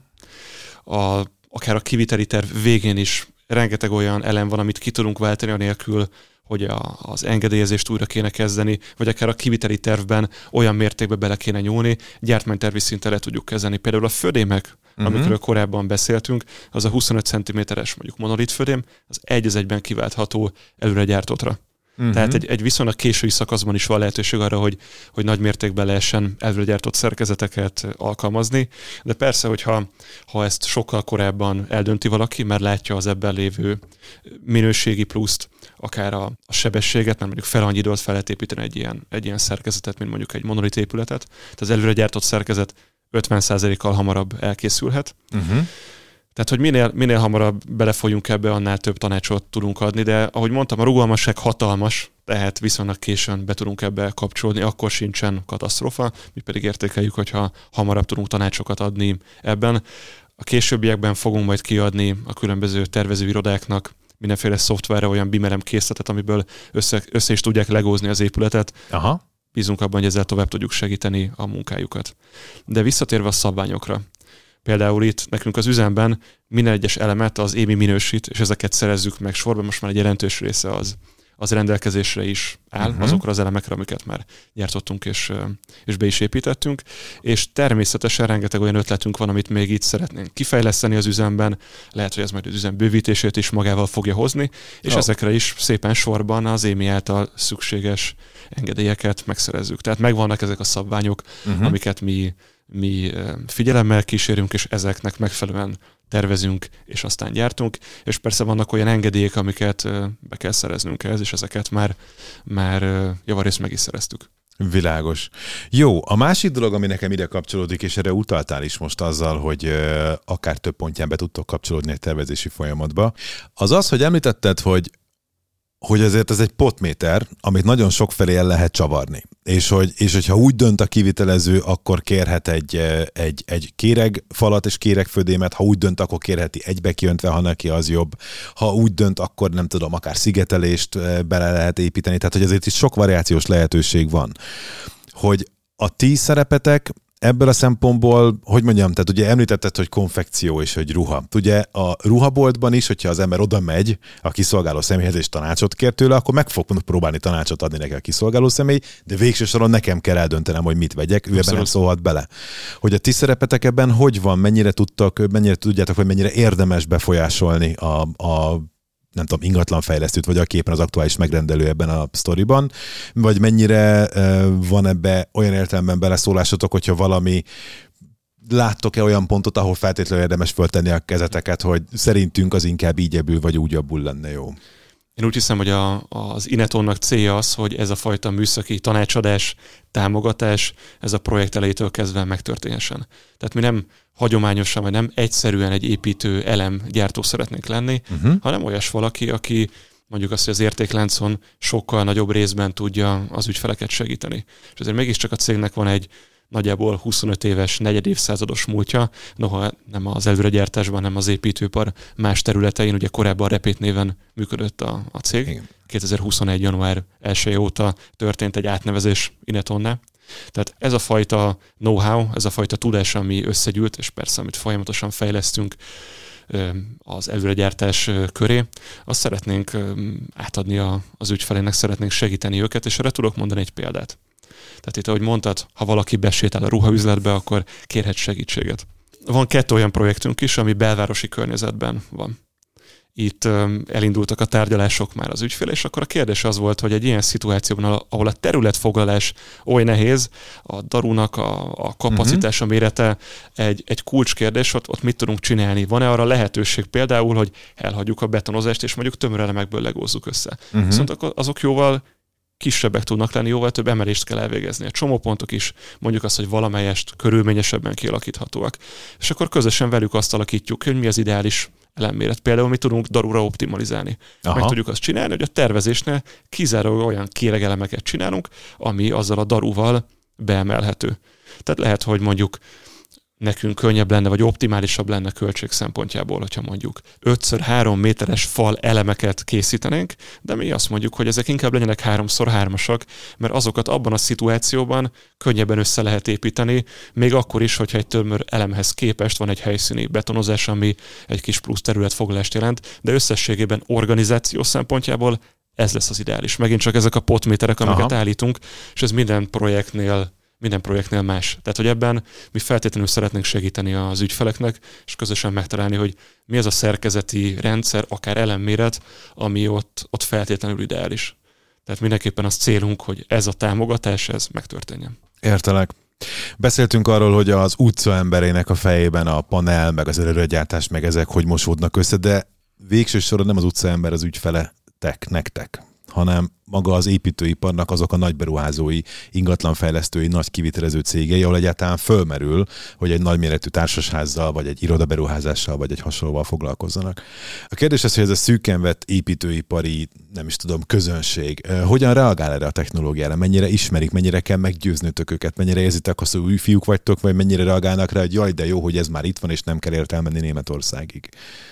Akár a kiviteli terv végén is rengeteg olyan elem van, amit ki tudunk váltani anélkül, hogy az engedélyezést újra kéne kezdeni, vagy akár a kiviteli tervben olyan mértékbe bele kéne nyúlni, gyártmánytervi szinten le tudjuk kezelni. Például a födémek, amikről korábban beszéltünk, az a 25 cm-es mondjuk monolit födém, az egy az egyben kiváltható előre gyártottra. Tehát egy viszonylag késői szakaszban is van lehetőség arra, hogy nagy mértékben lehessen előregyártott szerkezeteket alkalmazni, de persze, hogyha ezt sokkal korábban eldönti valaki, mert látja az ebben lévő minőségi pluszt, akár a sebességet, mert mondjuk fel annyi időt fel lehet építeni egy ilyen szerkezetet, mint mondjuk egy monolit épületet. Tehát az előregyártott szerkezet 50%-kal hamarabb elkészülhet. Tehát, hogy minél hamarabb belefolyunk ebbe, annál több tanácsot tudunk adni, de ahogy mondtam, a rugalmasság hatalmas, tehát viszonylag későn be tudunk ebbe kapcsolódni, akkor sincsen katasztrófa, mi pedig értékeljük, hogyha hamarabb tudunk tanácsokat adni ebben. A későbbiekben fogunk majd kiadni a különböző tervezőirodáknak mindenféle szoftverre olyan BIM-elem készletet, amiből össze is tudják legózni az épületet. Aha. Bízunk abban, hogy ezzel tovább tudjuk segíteni a munkájukat. De visszatérve a szabványokra. Például itt nekünk az üzemben minden egyes elemet az EMI minősít, és ezeket szerezzük meg sorban. Most már egy jelentős része az rendelkezésre is áll, azokra az elemekre, amiket már gyártottunk és be is építettünk. És természetesen rengeteg olyan ötletünk van, amit még itt szeretnénk kifejleszteni az üzemben. Lehet, hogy ez majd az üzem bővítését is magával fogja hozni, és ezekre is szépen sorban az EMI által szükséges engedélyeket megszerezzük. Tehát megvannak ezek a szabványok, amiket mi figyelemmel kísérünk, és ezeknek megfelelően tervezünk, és aztán gyártunk, és persze vannak olyan engedélyek, amiket be kell szereznünk ehhez, és ezeket már javarészt meg is szereztük. Világos. Jó, a másik dolog, ami nekem ide kapcsolódik, és erre utaltál is most azzal, hogy akár több pontján be tudtok kapcsolódni egy tervezési folyamatba, az, hogy említetted, hogy ezért ez egy potméter, amit nagyon sokfelé el lehet csavarni. És hogyha úgy dönt a kivitelező, akkor kérhet egy kéregfalat és kéregfödémet, ha úgy dönt, akkor kérheti egybe kiöntve, ha neki az jobb. Ha úgy dönt, akkor nem tudom, akár szigetelést bele lehet építeni. Tehát, hogy ezért is sok variációs lehetőség van. Hogy a ti szerepetek ebből a szempontból, hogy mondjam, tehát ugye említetted, hogy konfekció és hogy ruha. Ugye a ruhaboltban is, hogyha az ember oda megy a kiszolgáló személyhez és tanácsot kér tőle, akkor meg fog próbálni tanácsot adni neki a kiszolgáló személy, de végső soron nekem kell eldöntenem, hogy mit vegyek, ő ebben nem szólhat bele. Hogy a ti szerepetek ebben hogy van, mennyire tudjátok, vagy mennyire érdemes befolyásolni a nem tudom, ingatlanfejlesztőt, vagy aki éppen az aktuális megrendelő ebben a sztoriban, vagy mennyire van ebbe olyan értelemben beleszólásotok, hogyha valami láttok-e olyan pontot, ahol feltétlenül érdemes föltenni a kezeteket, hogy szerintünk az inkább így ebből, vagy úgy abból lenne jó? Én úgy hiszem, hogy az Inetonnak célja az, hogy ez a fajta műszaki tanácsadás, támogatás, ez a projekt elejétől kezdve megtörténhessen. Tehát mi nem hagyományosan, vagy nem egyszerűen egy építő elemgyártó szeretnénk lenni, hanem olyas valaki, aki mondjuk azt, hogy az értékláncon sokkal nagyobb részben tudja az ügyfeleket segíteni. És azért mégiscsak a cégnek van egy nagyjából 25 éves, negyedévszázados múltja, noha nem az előregyártásban, hanem az építőipar más területein, ugye korábban Repét néven működött a cég. Igen. 2021. január 1 óta történt egy átnevezés Inetonná. Tehát ez a fajta know-how, ez a fajta tudás, ami összegyűlt, és persze, amit folyamatosan fejlesztünk az előregyártás köré, azt szeretnénk átadni az ügyfelének, szeretnénk segíteni őket, és erre tudok mondani egy példát. Tehát itt, ahogy mondtad, ha valaki besétál a ruhaüzletbe, akkor kérhet segítséget. Van 2 olyan projektünk is, ami belvárosi környezetben van. itt elindultak a tárgyalások már az ügyfél, és akkor a kérdés az volt, hogy egy ilyen szituációban, ahol a területfoglalás oly nehéz, a darunak a kapacitása, mérete egy kulcskérdés, ott mit tudunk csinálni? Van-e arra lehetőség például, hogy elhagyjuk a betonozást, és mondjuk tömörelemekből legózzuk össze? Viszont azok jóval kisebbek tudnak lenni, jóval több emelést kell elvégezni. A csomópontok is mondjuk azt, hogy valamelyest körülményesebben kialakíthatóak. És akkor közösen velük azt alakítjuk, hogy mi az ideális elemméret. Például mi tudunk darura optimalizálni. Meg tudjuk azt csinálni, hogy a tervezésnél kizárólag olyan kéregelemeket csinálunk, ami azzal a daruval beemelhető. Tehát lehet, hogy mondjuk nekünk könnyebb lenne, vagy optimálisabb lenne költség szempontjából, hogyha mondjuk 5x3 méteres fal elemeket készítenénk, de mi azt mondjuk, hogy ezek inkább legyenek 3x3-asak, mert azokat abban a szituációban könnyebben össze lehet építeni, még akkor is, hogyha egy tömör elemhez képest van egy helyszíni betonozás, ami egy kis plusz területfoglalást jelent, de összességében organizáció szempontjából ez lesz az ideális. Megint csak ezek a potméterek, amiket állítunk, és ez minden projektnél más. Tehát, hogy ebben mi feltétlenül szeretnénk segíteni az ügyfeleknek, és közösen megtalálni, hogy mi az a szerkezeti rendszer, akár elemméret, ami ott feltétlenül ideális. Tehát mindenképpen az célunk, hogy ez a támogatás, ez megtörténjen. Értelek. Beszéltünk arról, hogy az utca emberének a fejében a panel, meg az előregyártás, meg ezek hogy mosódnak össze, de végső soron nem az utca ember az ügyfeletek, nektek, hanem maga az építőiparnak azok a nagy beruházói, ingatlanfejlesztői, nagy kivitelező cégei, ahol egyáltalán fölmerül, hogy egy nagyméretű társasházzal, vagy egy irodaberuházással, vagy egy hasonlóval foglalkozzanak. A kérdés az, hogy ez a szűken vett építőipari, nem is tudom, közönség, hogyan reagál erre a technológiára? Mennyire ismerik, mennyire kell meggyőznötök őket, mennyire érzitek azt, hogy új fiúk vagytok, vagy mennyire reagálnak rá, hogy jaj, de jó, hogy ez már itt van, és nem kell érte elmenni Németországig.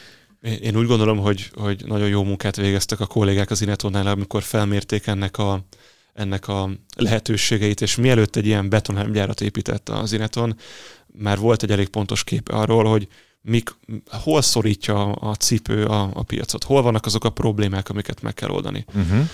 Én úgy gondolom, hogy nagyon jó munkát végeztek a kollégák az Inetonnál, amikor felmérték ennek a lehetőségeit, és mielőtt egy ilyen betongyárat épített az Ineton, már volt egy elég pontos kép arról, hogy hol szorítja a cipő a piacot, hol vannak azok a problémák, amiket meg kell oldani.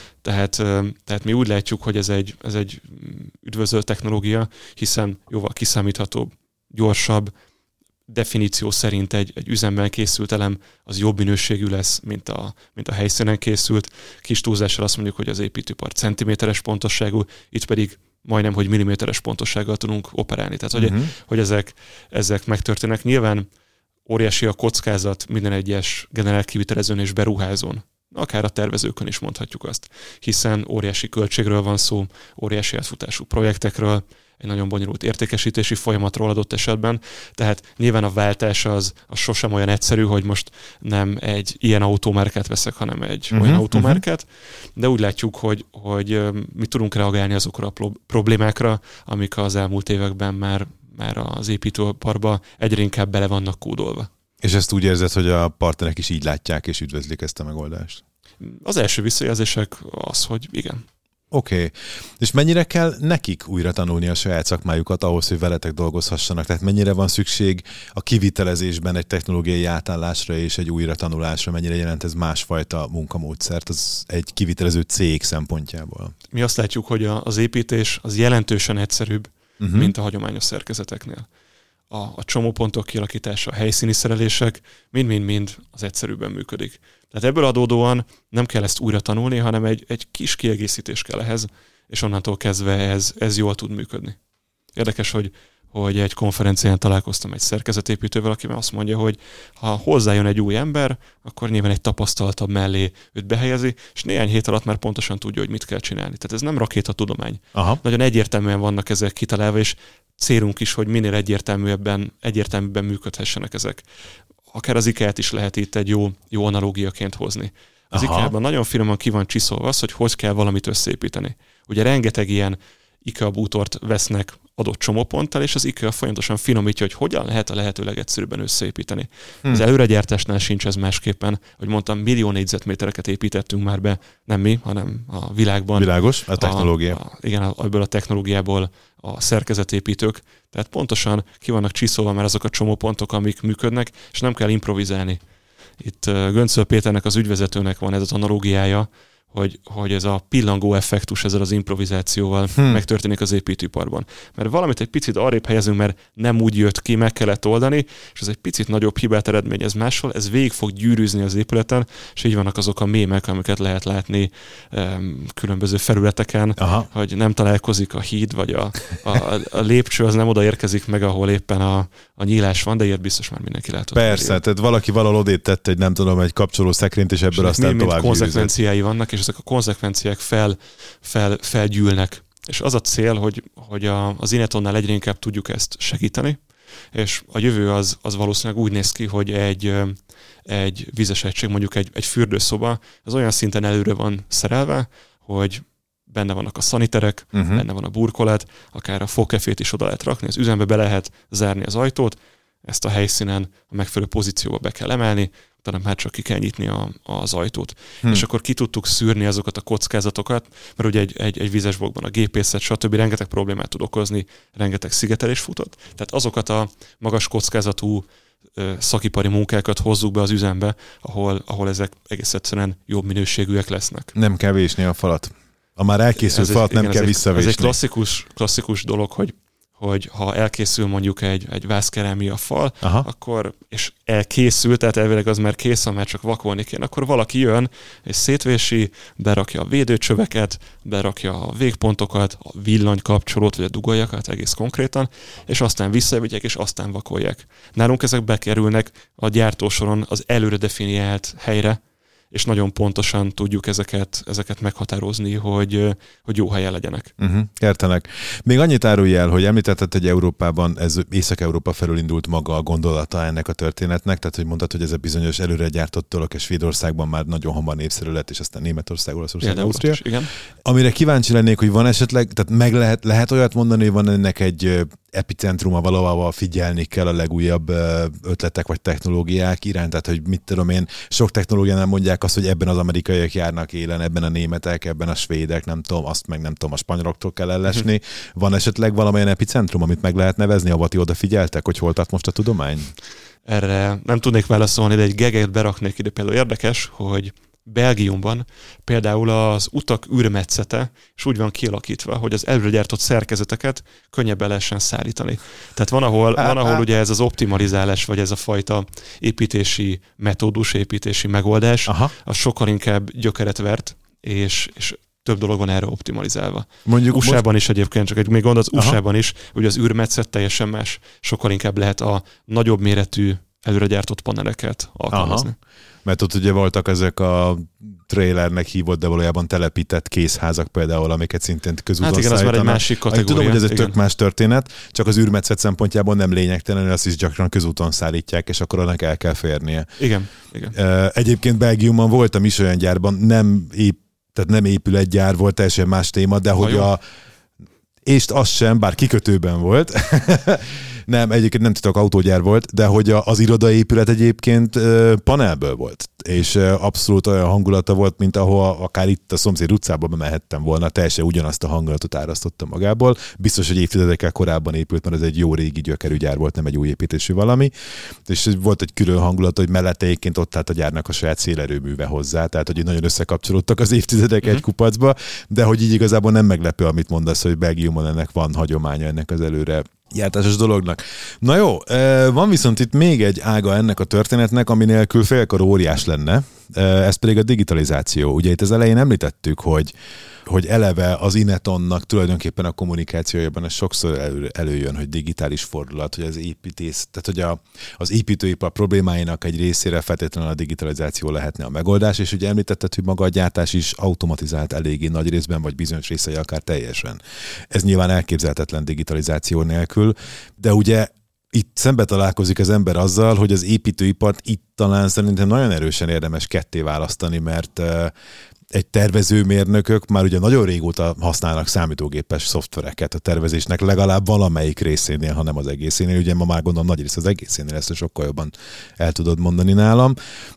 Tehát mi úgy látjuk, hogy ez egy üdvözölt technológia, hiszen jóval kiszámíthatóbb, gyorsabb, definíció szerint egy üzemben készült elem az jobb minőségű lesz, mint a helyszínen készült. Kis túlzással azt mondjuk, hogy az építőipar centiméteres pontosságú, itt pedig majdnem, hogy milliméteres pontossággal tudunk operálni. Tehát, hogy ezek megtörténnek. Nyilván óriási a kockázat minden egyes generált kivitelezőn és beruházón. Akár a tervezőkön is mondhatjuk azt. Hiszen óriási költségről van szó, óriási átfutású projektekről, egy nagyon bonyolult értékesítési folyamatról adott esetben, tehát nyilván a váltás az sosem olyan egyszerű, hogy most nem egy ilyen autómárkát veszek, hanem egy olyan autómárkát, de úgy látjuk, hogy mi tudunk reagálni azokra a problémákra, amik az elmúlt években már az építőiparba egyre inkább bele vannak kódolva. És ezt úgy érzed, hogy a partnerek is így látják és üdvözlik ezt a megoldást? Az első visszajelzések az, hogy igen. Oké. És mennyire kell nekik újra tanulni a saját szakmájukat ahhoz, hogy veletek dolgozhassanak? Tehát mennyire van szükség a kivitelezésben egy technológiai átállásra és egy újra tanulásra? Mennyire jelent ez másfajta munkamódszert az egy kivitelező cég szempontjából? Mi azt látjuk, hogy az építés az jelentősen egyszerűbb, mint a hagyományos szerkezeteknél. A csomópontok kialakítása, a helyszíni szerelések mind-mind az egyszerűbben működik. Tehát ebből adódóan nem kell ezt újra tanulni, hanem egy kis kiegészítés kell ehhez, és onnantól kezdve ez jól tud működni. Érdekes, hogy egy konferencián találkoztam egy szerkezetépítővel, aki azt mondja, hogy ha hozzájön egy új ember, akkor nyilván egy tapasztaltabb mellé őt behelyezi, és néhány hét alatt már pontosan tudja, hogy mit kell csinálni. Tehát ez nem rakétatudomány. Nagyon egyértelműen vannak ezek kitalálva, és célunk is, hogy minél egyértelműbben működhessenek ezek. Akár az IKEA-t is lehet itt egy jó analógiaként hozni. Az IKEA-ban nagyon finoman ki van csiszolva az, hogy kell valamit összeépíteni. Ugye rengeteg ilyen IKEA bútort vesznek adott csomóponttal, és az IKEA folyamatosan finomítja, hogy hogyan lehet a lehető legegyszerűbben összeépíteni. Az előregyártásnál sincs ez másképpen. Hogy mondtam, millió négyzetmétereket építettünk már be, nem mi, hanem a világban. Világos, a technológia. Igen, ebből a technológiából a szerkezetépítők. Tehát pontosan ki vannak csiszolva már azok a csomópontok, amik működnek, és nem kell improvizálni. Itt Göncöl Péternek, az ügyvezetőnek van ez az analógiája, hogy ez a pillangó effektus ezzel az improvizációval megtörténik az építőiparban. Mert valamit egy picit arrébb helyezünk, mert nem úgy jött ki, meg kellett oldani, és ez egy picit nagyobb hibát eredményez máshol, ez végig fog gyűrűzni az épületen, és így vannak azok a mémek, amiket lehet látni különböző felületeken, aha, hogy nem találkozik a híd, vagy a lépcső, az nem oda érkezik meg, ahol éppen a nyílás van, de ilyet biztos már mindenki látott. Persze, tehát valaki valahol odébb tett egy kapcsoló szekrényt, és ebből aztán tovább konzekvenciái vannak, és ezek a konzekvenciák felgyűlnek. És az a cél, hogy az Inetonnál egyre inkább tudjuk ezt segíteni, és a jövő az valószínűleg úgy néz ki, hogy egy vízes egység, mondjuk egy fürdőszoba, az olyan szinten előre van szerelve, hogy benne vannak a szaniterek, benne van a burkolat, akár a fogkefét is oda lehet rakni, az üzembe be lehet zárni az ajtót, ezt a helyszínen a megfelelő pozícióba be kell emelni, utána már csak ki kell nyitni az ajtót. És akkor ki tudtuk szűrni azokat a kockázatokat, mert ugye egy vízesbogban a gépészet, stb. Rengeteg problémát tud okozni, rengeteg szigetelés futott. Tehát azokat a magas kockázatú szakipari munkákat hozzuk be az üzembe, ahol ezek egész egyszerűen jobb minőségűek lesznek. Nem kell vésni a falat. A már elkészült falat nem kell visszavésni. Ez egy klasszikus dolog, hogy ha elkészül mondjuk egy vászkerámia fal, akkor, és elkészül, tehát elvileg az már kész, már csak vakolni kéne, akkor valaki jön, és szétvési, berakja a védőcsöveket, berakja a végpontokat, a villanykapcsolót, vagy a dugoljakat egész konkrétan, és aztán visszavigyek, és aztán vakolják. Nálunk ezek bekerülnek a gyártósoron az előre definiált helyre, és nagyon pontosan tudjuk ezeket meghatározni, hogy jó helyen legyenek. Értenek. Még annyit árulj el, hogy említetted, hogy Európában, ez Észak-Európa felül indult maga a gondolata ennek a történetnek, tehát hogy mondtad, hogy ez a bizonyos előre gyártott dolog, és Svédországban már nagyon hamar népszerű lett, és aztán Németország, Olaszország, Ausztria. Igen. Amire kíváncsi lennék, hogy van esetleg, tehát lehet olyat mondani, hogy van ennek egy epicentruma valahol figyelni kell a legújabb ötletek vagy technológiák iránt, tehát hogy mit tudom én, sok technológiánál mondják azt, hogy ebben az amerikaiak járnak élen, ebben a németek, ebben a svédek, nem tudom, azt meg nem tudom, a spanyoloktól kell ellesni. Van esetleg valamilyen epicentrum, amit meg lehet nevezni, ahol ti odafigyeltek, hogy hol tart most a tudomány? Erre nem tudnék válaszolni, de egy gegét beraknék ide. Például érdekes, hogy Belgiumban például az utak űrmetszete és úgy van kialakítva, hogy az előregyártott szerkezeteket könnyebben lehessen szállítani. Tehát van, ahol ugye ez az optimalizálás, vagy ez a fajta építési metódus, építési megoldás, az sokkal inkább gyökeret vert, és több dolog van erre optimalizálva. Mondjuk USA-ban is egyébként, csak még gond az USA-ban is, hogy az űrmetszet teljesen más. Sokkal inkább lehet a nagyobb méretű előregyártott paneleket alkalmazni. Mert ott ugye voltak ezek a trailernek hívott, de valójában telepített készházak például, amiket szintén közúton szállítanak. Hát igen, az már egy másik kategória. Tudom, hogy ez egy tök más történet, csak az űrmetszet szempontjából nem lényegtelen, azt is gyakran közúton szállítják, és akkor annak el kell férnie. Igen. Egyébként Belgiumban voltam is olyan gyárban, tehát nem épül egy gyár, volt teljesen más téma, de hogy és az sem, bár kikötőben volt, nem, egyébként nem tudok, autógyár volt, de hogy az irodaépület egyébként panelből volt, és abszolút olyan hangulata volt, mint ahol akár itt a szomszéd utcába bemehettem volna, teljesen ugyanazt a hangulatot árasztotta magából. Biztos, hogy évtizedekkel korábban épült, mert ez egy jó régi gyökerű gyár volt, nem egy új építésű valami, és volt egy külön hangulat, hogy mellette egyébként ott állt a gyárnak a saját szélerőműve hozzá, tehát hogy nagyon összekapcsolódtak az évtizedek egy kupacba, de hogy így igazából nem meglepő, amit mondasz, hogy Belgiumon ennek van hagyománya, ennek az előre gyártásos dolognak. Na jó, van viszont itt még egy ága ennek a történetnek, ami nélkül félkor óriás lenne, ez pedig a digitalizáció. Ugye itt az elején említettük, hogy eleve az Inetonnak tulajdonképpen a kommunikációjában ez sokszor előjön, hogy digitális fordulat, hogy az építész, tehát hogy az építőipar problémáinak egy részére feltétlenül a digitalizáció lehetne a megoldás, és ugye említetted, hogy maga a gyártás is automatizált eléggé nagy részben, vagy bizonyos részei akár teljesen. Ez nyilván elképzelhetetlen digitalizáció nélkül, de ugye itt szembe találkozik az ember azzal, hogy az építőipart itt talán szerintem nagyon erősen érdemes ketté választani, mert egy tervezőmérnökök már ugye nagyon régóta használnak számítógépes szoftvereket a tervezésnek, legalább valamelyik részénél, ha nem az egészénél. Ugye ma már gondolom nagy rész az egészénél, ezt sokkal jobban el tudod mondani nálam.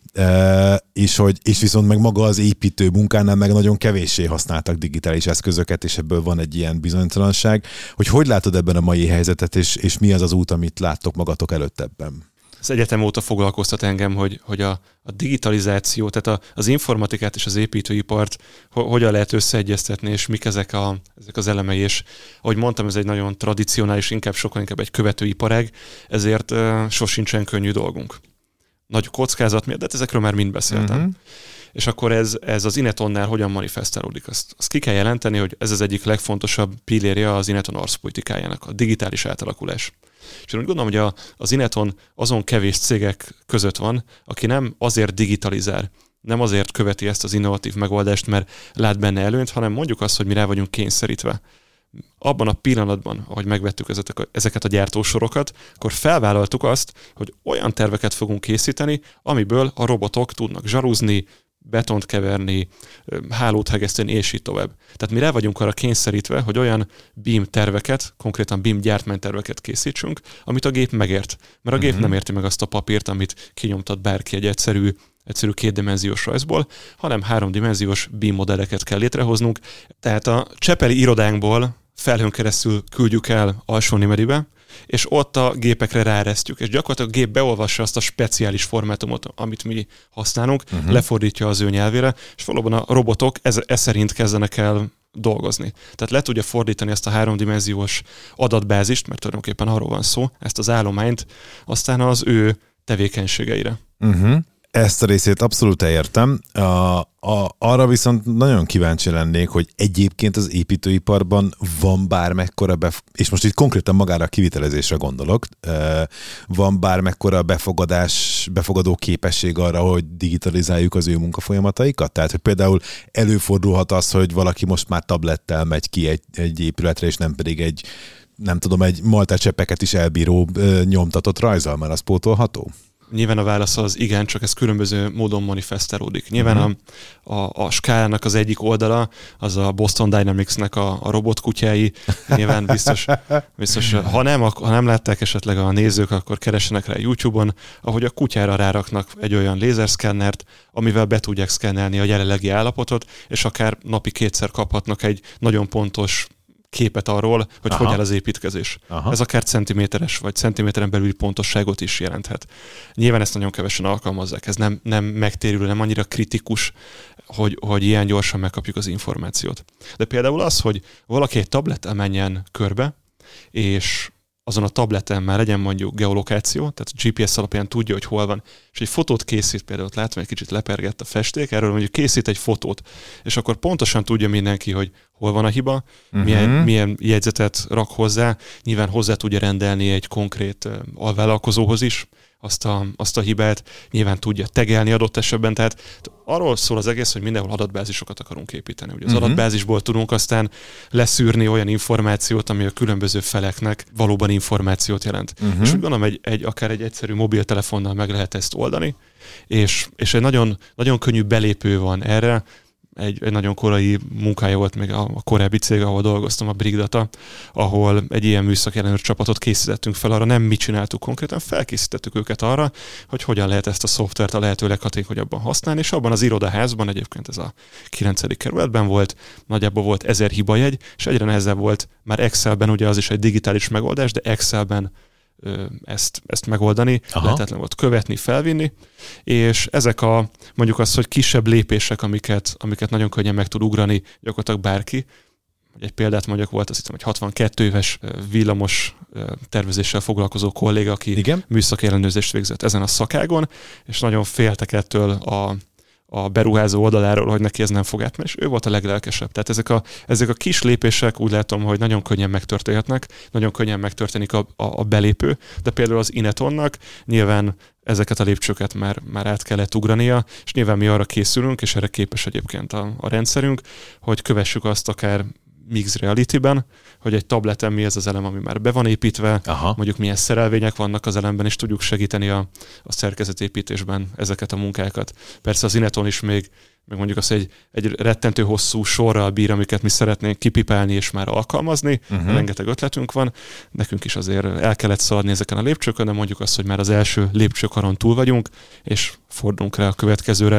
És viszont meg maga az építő munkánál meg nagyon kevéssé használtak digitális eszközöket, és ebből van egy ilyen bizonytalanság. Hogy látod ebben a mai helyzetet, és mi az az út, amit láttok magatok előtt ebben? az egyetem óta foglalkoztat engem, hogy a digitalizáció, tehát az informatikát és az építőipart hogyan lehet összeegyeztetni, és mik ezek az elemei, és ahogy mondtam, ez egy nagyon tradicionális, sokkal inkább egy követőiparág, ezért sosincsen könnyű dolgunk. Nagy kockázat miatt, de ezekről már mind beszéltem. Uh-huh. És akkor ez az Inetonnál hogyan manifestálódik? Azt ki kell jelenteni, hogy ez az egyik legfontosabb pillérje az Ineton arszpolitikájának, a digitális átalakulás. És én úgy gondolom, hogy az Ineton azon kevés cégek között van, aki nem azért digitalizál, nem azért követi ezt az innovatív megoldást, mert lát benne előnyt, hanem mondjuk azt, hogy mi rá vagyunk kényszerítve. Abban a pillanatban, ahogy megvettük ezeket a gyártósorokat, akkor felvállaltuk azt, hogy olyan terveket fogunk készíteni, amiből a robotok tudnak zsaruzni, betont keverni, hálót hegeszteni, és így tovább. Tehát mi rá vagyunk arra kényszerítve, hogy olyan BIM terveket, konkrétan BIM gyártmányterveket készítsünk, amit a gép megért. Mert a gép nem érti meg azt a papírt, amit kinyomtat bárki egy egyszerű kétdimenziós rajzból, hanem háromdimenziós BIM modelleket kell létrehoznunk. Tehát a csepeli irodánkból felhőn keresztül küldjük el Alsó-Nimeribe, és ott a gépekre ráeresztjük, és gyakorlatilag a gép beolvassa azt a speciális formátumot, amit mi használunk, lefordítja az ő nyelvére, és valóban a robotok ez szerint kezdenek el dolgozni. Tehát le tudja fordítani ezt a háromdimenziós adatbázist, mert tulajdonképpen arról van szó, ezt az állományt, aztán az ő tevékenységeire. Ezt a részét abszolút értem. Arra viszont nagyon kíváncsi lennék, hogy egyébként az építőiparban van bármekkora, és most itt konkrétan magára a kivitelezésre gondolok, van bármekkora befogadó képesség arra, hogy digitalizáljuk az ő munkafolyamataikat? Tehát, hogy például előfordulhat az, hogy valaki most már tablettel megy ki egy épületre, és nem pedig egy maltacseppeket is elbíró nyomtatott rajzzal, mert az pótolható? Nyilván a válasz az igen, csak ez különböző módon manifestálódik. Nyilván a skálának az egyik oldala, az a Boston Dynamics-nek a robotkutyái. Nyilván biztos ha nem látták esetleg a nézők, akkor keressenek rá YouTube-on, ahogy a kutyára ráraknak egy olyan lézerszkennert, amivel be tudják szkennelni a jelenlegi állapotot, és akár napi 2-szer kaphatnak egy nagyon pontos képet arról, hogy hogy áll az építkezés. Ez akár centiméteres vagy centiméteren belüli pontosságot is jelenthet. Nyilván ezt nagyon kevesen alkalmazzák, ez nem megtérülő, nem annyira kritikus, hogy ilyen gyorsan megkapjuk az információt. De például az, hogy valaki egy tablettel menjen körbe, és azon a tableten már legyen mondjuk geolokáció, tehát GPS alapján tudja, hogy hol van, és egy fotót készít, például ott látom, egy kicsit lepergett a festék, erről mondjuk készít egy fotót, és akkor pontosan tudja mindenki, hogy hol van a hiba, milyen jegyzetet rak hozzá, nyilván hozzá tudja rendelni egy konkrét alvállalkozóhoz is azt a hibát, nyilván tudja tegelni adott esetben, tehát arról szól az egész, hogy mindenhol adatbázisokat akarunk építeni. Ugye az adatbázisból tudunk aztán leszűrni olyan információt, ami a különböző feleknek valóban információt jelent. És úgy gondolom, akár egy egyszerű mobiltelefonnal meg lehet ezt oldani, és egy nagyon, nagyon könnyű belépő van erre. Egy nagyon korai munkája volt még a korábbi cég, ahol dolgoztam, a Brigdata, ahol egy ilyen műszaki ellenőr csapatot készítettünk fel, arra nem mi csináltuk konkrétan, felkészítettük őket arra, hogy hogyan lehet ezt a szoftvert a lehető leghatékonyabban használni, és abban az irodaházban, egyébként ez a 9. kerületben volt, nagyjából volt 1000 hibajegy, és egyre nehezebb volt már Excelben, ugye az is egy digitális megoldás, de Excelben ezt megoldani, lehetetlen volt követni, felvinni, és ezek mondjuk az, hogy kisebb lépések, amiket nagyon könnyen meg tud ugrani gyakorlatilag bárki. Egy példát mondjuk volt, azt hiszem, hogy 62 éves villamos tervezéssel foglalkozó kolléga, aki műszaki ellenőrzést végzett ezen a szakágon, és nagyon féltek ettől a beruházó oldaláról, hogy neki ez nem fog átmenni, és ő volt a leglelkesebb. Tehát ezek a kis lépések úgy látom, hogy nagyon könnyen megtörténhetnek, nagyon könnyen megtörténik a belépő, de például az Inetonnak nyilván ezeket a lépcsőket már át kellett ugrania, és nyilván mi arra készülünk, és erre képes egyébként a rendszerünk, hogy kövessük azt akár mixed reality-ben, hogy egy tableten mi ez az elem, ami már be van építve, mondjuk milyen szerelvények vannak az elemben, és tudjuk segíteni a szerkezetépítésben ezeket a munkákat. Persze az Ineton is még mondjuk azt egy rettentő hosszú sorral bír, amiket mi szeretnénk kipipálni és már alkalmazni. Rengeteg ötletünk van. Nekünk is azért el kellett szaladni ezeken a lépcsőkön, de mondjuk azt, hogy már az első lépcsőkaron túl vagyunk, és fordulunk rá a következőre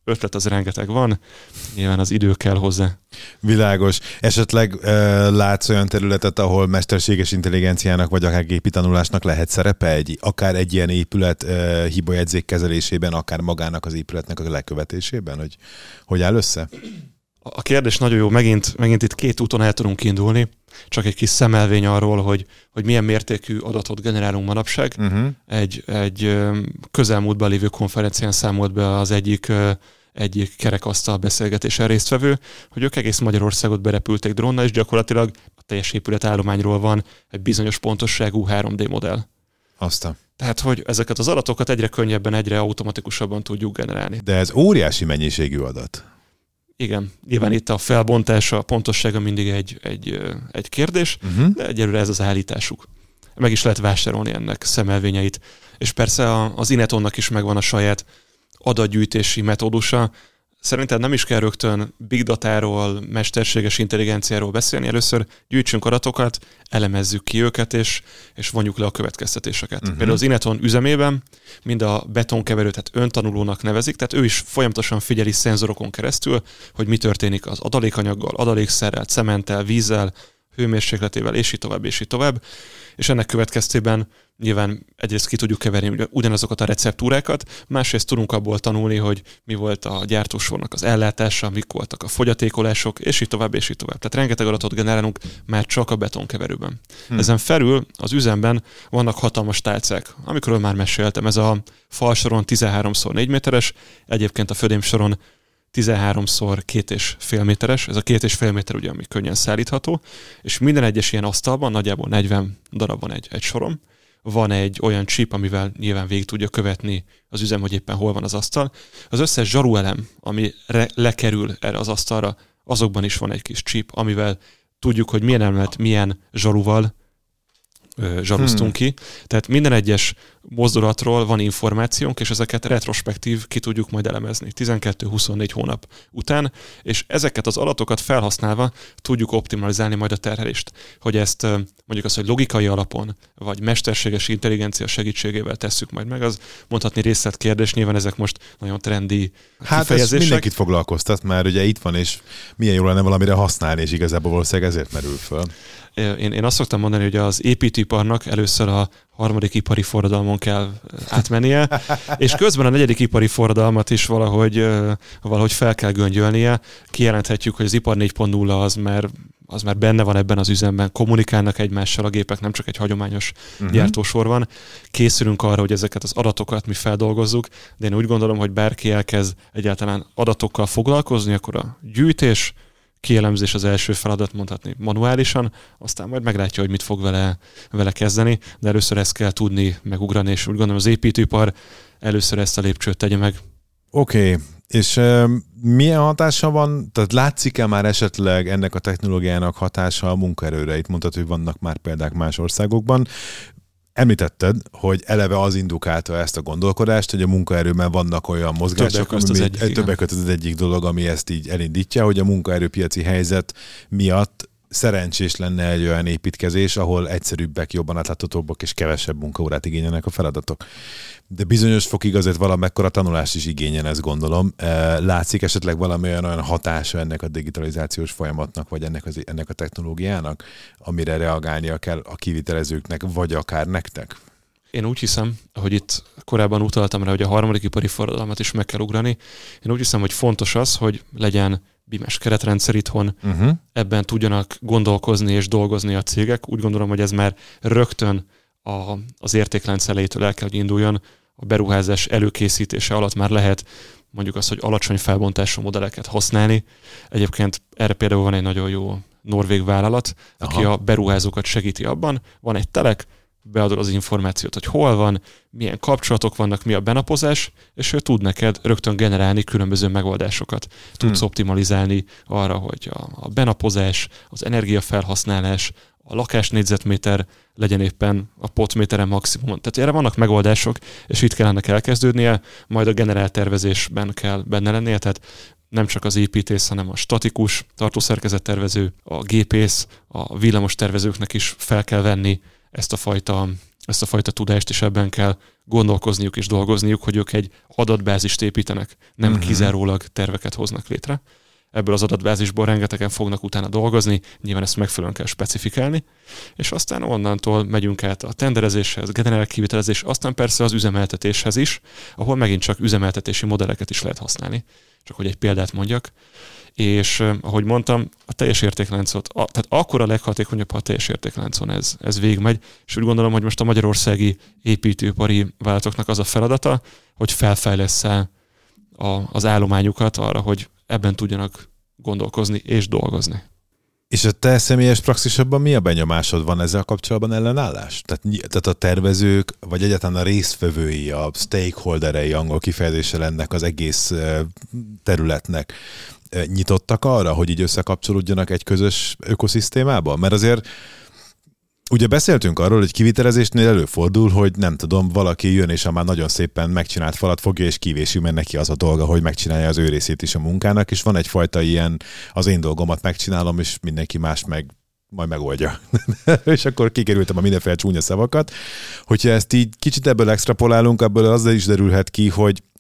ötlet az rengeteg van, nyilván az idő kell hozzá. Világos. Esetleg látsz olyan területet, ahol mesterséges intelligenciának, vagy akár gépi tanulásnak lehet szerepe, akár egy ilyen épület hibajegyzék kezelésében, akár magának az épületnek a lekövetésében? Hogy áll össze? A kérdés nagyon jó, megint itt két úton el tudunk indulni, csak egy kis szemelvény arról, hogy milyen mértékű adatot generálunk manapság. Egy közelmúltban lévő konferencián számolt be az egyik kerekasztal beszélgetésen résztvevő, hogy ők egész Magyarországot berepülték drónnal, és gyakorlatilag a teljes épület állományról van egy bizonyos pontosságú 3D modell. Tehát, hogy ezeket az adatokat egyre könnyebben, egyre automatikusabban tudjuk generálni. De ez óriási mennyiségű adat. Igen, nyilván itt a felbontása, a pontossága mindig egy kérdés, de egyelőre ez az állításuk. Meg is lehet vásárolni ennek szemelvényeit. És persze az Inetonnak is megvan a saját adatgyűjtési metódusa. Szerintem nem is kell rögtön big datáról, mesterséges intelligenciáról beszélni. Először gyűjtsünk adatokat, elemezzük ki őket, és vonjuk le a következtetéseket. Például az Ineton üzemében mind a betonkeverőt, tehát öntanulónak nevezik, tehát ő is folyamatosan figyeli szenzorokon keresztül, hogy mi történik az adalékanyaggal, adalékszerrel, cementtel, vízzel, hőmérsékletével, és így tovább, és így tovább. És ennek következtében nyilván egyrészt ki tudjuk keverni ugyanazokat a receptúrákat, másrészt tudunk abból tanulni, hogy mi volt a gyártósornak az ellátása, mik voltak a fogyatékolások, és így tovább, és így tovább. Tehát rengeteg adatot generálunk már csak a betonkeverőben. Ezen felül az üzemben vannak hatalmas tálcák, amikről már meséltem. Ez a falsoron 13x4 méteres, egyébként a födémsoron 13x2,5 méteres, ez a 2,5 méter ugye, ami könnyen szállítható, és minden egyes ilyen asztalban nagyjából 40 darab van egy soron. Van egy olyan chip, amivel nyilván végig tudja követni az üzem, hogy éppen hol van az asztal. Az összes zsaruelem, ami lekerül erre az asztalra, azokban is van egy kis chip, amivel tudjuk, hogy milyen elemet milyen zsaruval zsaruztunk ki. Tehát minden egyes mozdulatról van információnk, és ezeket retrospektív ki tudjuk majd elemezni 12-24 hónap után, és ezeket az adatokat felhasználva tudjuk optimalizálni majd a terhelést. Hogy ezt mondjuk azt, hogy logikai alapon, vagy mesterséges intelligencia segítségével tesszük majd meg, az mondhatni részletkérdés, nyilván ezek most nagyon trendi kifejezések. Ez mindenkit foglalkoztat, mert ugye itt van, és milyen jól lenne valamire használni, és igazából valószínűleg ezért merül föl. Én azt szoktam mondani, hogy az építőiparnak először a harmadik ipari forradalmon kell átmennie, és közben a negyedik ipari forradalmat is valahogy fel kell göngyölnie. Kijelenthetjük, hogy az ipar 4.0 az már benne van ebben az üzemben, kommunikálnak egymással a gépek, nem csak egy hagyományos gyártósor van. Készülünk arra, hogy ezeket az adatokat mi feldolgozzuk, de én úgy gondolom, hogy bárki elkezd egyáltalán adatokkal foglalkozni, akkor a gyűjtés, kielemzés az első feladat, mondhatni manuálisan, aztán majd meglátja, hogy mit fog vele kezdeni, de először ezt kell tudni megugrani, és úgy gondolom az építőipar először ezt a lépcsőt tegye meg. Oké. És milyen hatása van, tehát látszik-e már esetleg ennek a technológiának hatása a munkaerőre? Itt mondtad, hogy vannak már példák más országokban. Említetted, hogy eleve az indukálta ezt a gondolkodást, hogy a munkaerőben vannak olyan mozgások, többek között az egyik dolog, ami ezt így elindítja, hogy a munkaerőpiaci helyzet miatt szerencsés lenne egy olyan építkezés, ahol egyszerűbbek, jobban átláthatóbbak és kevesebb munkaórát igényelnek a feladatok. De bizonyos fokig azért valamekkora tanulást is igényel, ezt gondolom. Látszik esetleg valami olyan hatása ennek a digitalizációs folyamatnak, vagy ennek a technológiának, amire reagálnia kell a kivitelezőknek, vagy akár nektek? Én úgy hiszem, hogy itt korábban utaltam rá, hogy a harmadik ipari forradalmat is meg kell ugrani. Én úgy hiszem, hogy fontos az, hogy legyen BIM-es keretrendszer itthon, ebben tudjanak gondolkozni és dolgozni a cégek. Úgy gondolom, hogy ez már rögtön az értéklánc elejétől el kell, hogy induljon. A beruházás előkészítése alatt már lehet mondjuk azt, hogy alacsony felbontású modelleket használni. Egyébként erre például van egy nagyon jó norvég vállalat, aki a beruházókat segíti abban. Van egy telek, beadod az információt, hogy hol van, milyen kapcsolatok vannak, mi a benapozás, és ő tud neked rögtön generálni különböző megoldásokat. Tudsz optimalizálni arra, hogy a benapozás, az energiafelhasználás, a lakásnégyzetméter legyen éppen a potméteren maximumon. Tehát erre vannak megoldások, és itt kell ennek elkezdődnie, majd a generált tervezésben kell benne lennie, tehát nem csak az építész, hanem a statikus, tartószerkezettervező, a gépész, a villamos tervezőknek is fel kell venni ezt a fajta tudást, és ebben kell gondolkozniuk és dolgozniuk, hogy ők egy adatbázist építenek, nem kizárólag terveket hoznak létre. Ebből az adatbázisból rengetegen fognak utána dolgozni, nyilván ezt megfelelően kell specifikálni, és aztán onnantól megyünk át a tenderezéshez, generál kivitelezés, aztán persze az üzemeltetéshez is, ahol megint csak üzemeltetési modelleket is lehet használni. Csak hogy egy példát mondjak. És ahogy mondtam, a teljes értékláncot, tehát akkor a leghatékonyabb, ha a teljes értékláncon ez végigmegy, és úgy gondolom, hogy most a magyarországi építőipari vállalatoknak az a feladata, hogy felfejlessze az állományukat arra, hogy ebben tudjanak gondolkozni és dolgozni. És a te személyes praxisodban mi a benyomásod, van ezzel kapcsolatban ellenállás? Tehát a tervezők, vagy egyáltalán a résztvevői, a stakeholderei, angol kifejezéssel ennek az egész területnek nyitottak arra, hogy így összekapcsolódjanak egy közös ökoszisztémába? Mert azért ugye beszéltünk arról, hogy kivitelezésnél előfordul, hogy nem tudom, valaki jön, és ha már nagyon szépen megcsinált falat fogja, és kivésül, mert neki az a dolga, hogy megcsinálja az ő részét is a munkának, és van egyfajta ilyen, az én dolgomat megcsinálom, és mindenki más meg majd megoldja. És akkor kikerültem a mindenféle csúnya szavakat. Hogyha ezt így kicsit ebből extrapolálunk, ebből azzal is derülhet ki,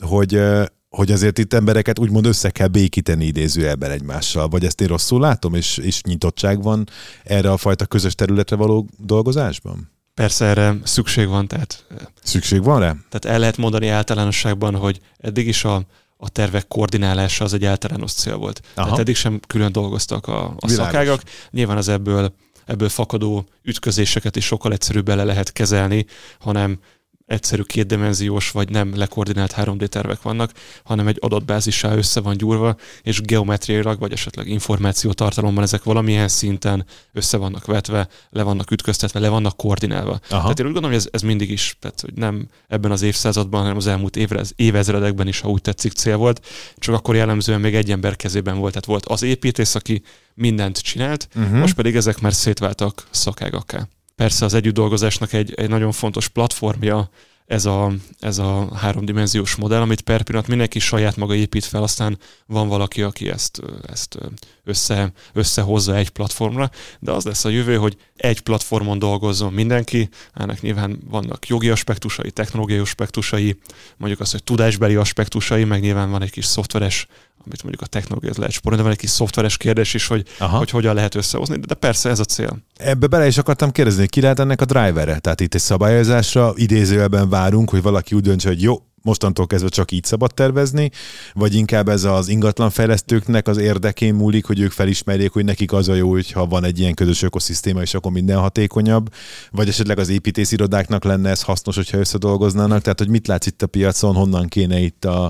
hogy azért itt embereket úgymond össze kell békíteni idézőjelben egymással. Vagy ezt én rosszul látom, és nyitottság van erre a fajta közös területre való dolgozásban? Persze erre szükség van. Szükség van rá? Tehát el lehet mondani általánosságban, hogy eddig is a tervek koordinálása az egy általános cél volt. Aha. Tehát eddig sem külön dolgoztak a szakágak. Nyilván az ebből fakadó ütközéseket is sokkal egyszerűbb bele lehet kezelni, hanem egyszerű kétdimenziós vagy nem lekoordinált 3D tervek vannak, hanem egy adatbázissá össze van gyúrva, és geometriailag, vagy esetleg információtartalomban ezek valamilyen szinten össze vannak vetve, le vannak ütköztetve, le vannak koordinálva. Aha. Tehát én úgy gondolom, hogy ez mindig is, tehát hogy nem ebben az évszázadban, hanem az elmúlt évezredekben is, ha úgy tetszik, cél volt, csak akkor jellemzően még egy ember kezében volt. Tehát volt az építész, aki mindent csinált, most pedig ezek már szétváltak szakágakká. Persze az együttdolgozásnak egy nagyon fontos platformja ez a háromdimenziós modell, amit per pillanat mindenki saját maga épít fel, aztán van valaki, aki ezt összehozza egy platformra, de az lesz a jövő, hogy egy platformon dolgozzon mindenki, ennek nyilván vannak jogi aspektusai, technológiai aspektusai, mondjuk az, hogy tudásbeli aspektusai, meg nyilván van egy kis szoftveres, amit mondjuk a technológiát lehet sporolni, de van egy kis szoftveres kérdés is, hogy hogyan lehet összehozni, de persze ez a cél. Ebbe bele is akartam kérdezni, hogy ki lehet ennek a drivere? Tehát itt egy szabályozásra idézőjelben várunk, hogy valaki úgy döntse, hogy jó, mostantól kezdve csak így szabad tervezni, vagy inkább ez az ingatlanfejlesztőknek az érdekén múlik, hogy ők felismerjék, hogy nekik az a jó, hogyha van egy ilyen közös ökoszisztéma, és akkor minden hatékonyabb, vagy esetleg az építészirodáknak lenne ez hasznos, hogyha összedolgoznának, tehát hogy mit látsz itt a piacon, honnan kéne itt a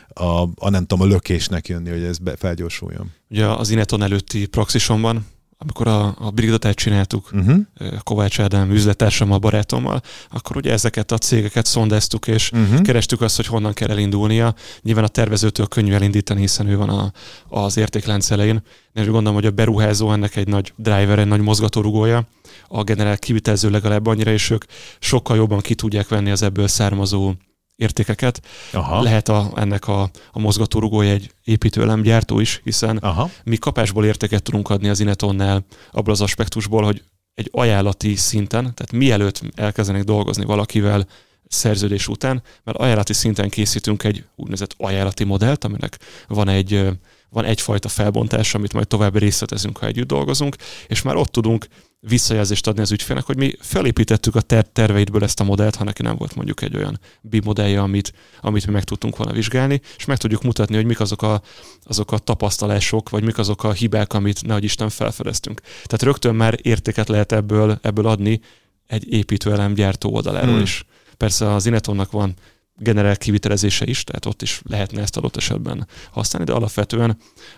nem tudom, a lökésnek jönni, hogy ez felgyorsuljon. Ugye az Ineton előtti praxisomban, amikor a Brigadát csináltuk, Kovács Ádám üzlettársammal, barátommal, akkor ugye ezeket a cégeket szondáztuk, és kerestük azt, hogy honnan kell elindulnia. Nyilván a tervezőtől könnyű elindítani, hiszen ő van az értéklánc elején. Én gondolom, hogy a beruházó ennek egy nagy driver, egy nagy mozgatórugója, a generál kivitelező legalább annyira, és ők sokkal jobban ki tudják venni az ebből származó értékeket. Aha. Lehet ennek a mozgatórugója egy építőelemgyártó is, hiszen mi kapásból értéket tudunk adni az Inetonnál abból az aspektusból, hogy egy ajánlati szinten, tehát mielőtt elkezdenek dolgozni valakivel szerződés után, mert ajánlati szinten készítünk egy úgynevezett ajánlati modellt, aminek van egyfajta felbontás, amit majd tovább részletezünk, ha együtt dolgozunk, és már ott tudunk visszajelzést adni az ügyfélnek, hogy mi felépítettük a terveidből ezt a modellt, ha neki nem volt mondjuk egy olyan BIM modellje, amit mi meg tudtunk volna vizsgálni, és meg tudjuk mutatni, hogy mik azok a tapasztalások, vagy mik azok a hibák, amit nehogy Isten felfedeztünk. Tehát rögtön már értéket lehet ebből adni egy építőelemgyártó oldaláról is. Persze az Inetonnak van generál kivitelezése is, tehát ott is lehetne ezt adott esetben használni, de alapvetően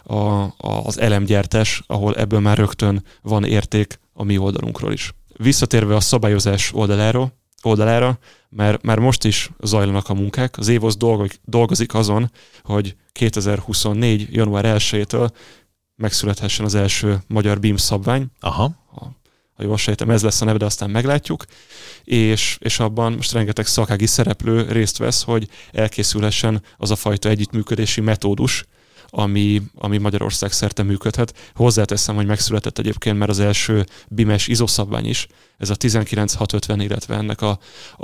az elemgyártás, ahol ebből már rögtön van érték a mi oldalunkról is. Visszatérve a szabályozás oldalára, mert már most is zajlanak a munkák, az EVOS dolgozik azon, hogy 2024. január 1-től megszülethessen az első magyar BIM szabvány. Ha jól sejtem, ez lesz a neve, de aztán meglátjuk, és abban most rengeteg szakági szereplő részt vesz, hogy elkészülhessen az a fajta együttműködési metódus, ami Magyarország szerte működhet. Hozzáteszem, hogy megszületett egyébként már az első BIM-es ISO szabvány is, ez a 19650, illetve ennek a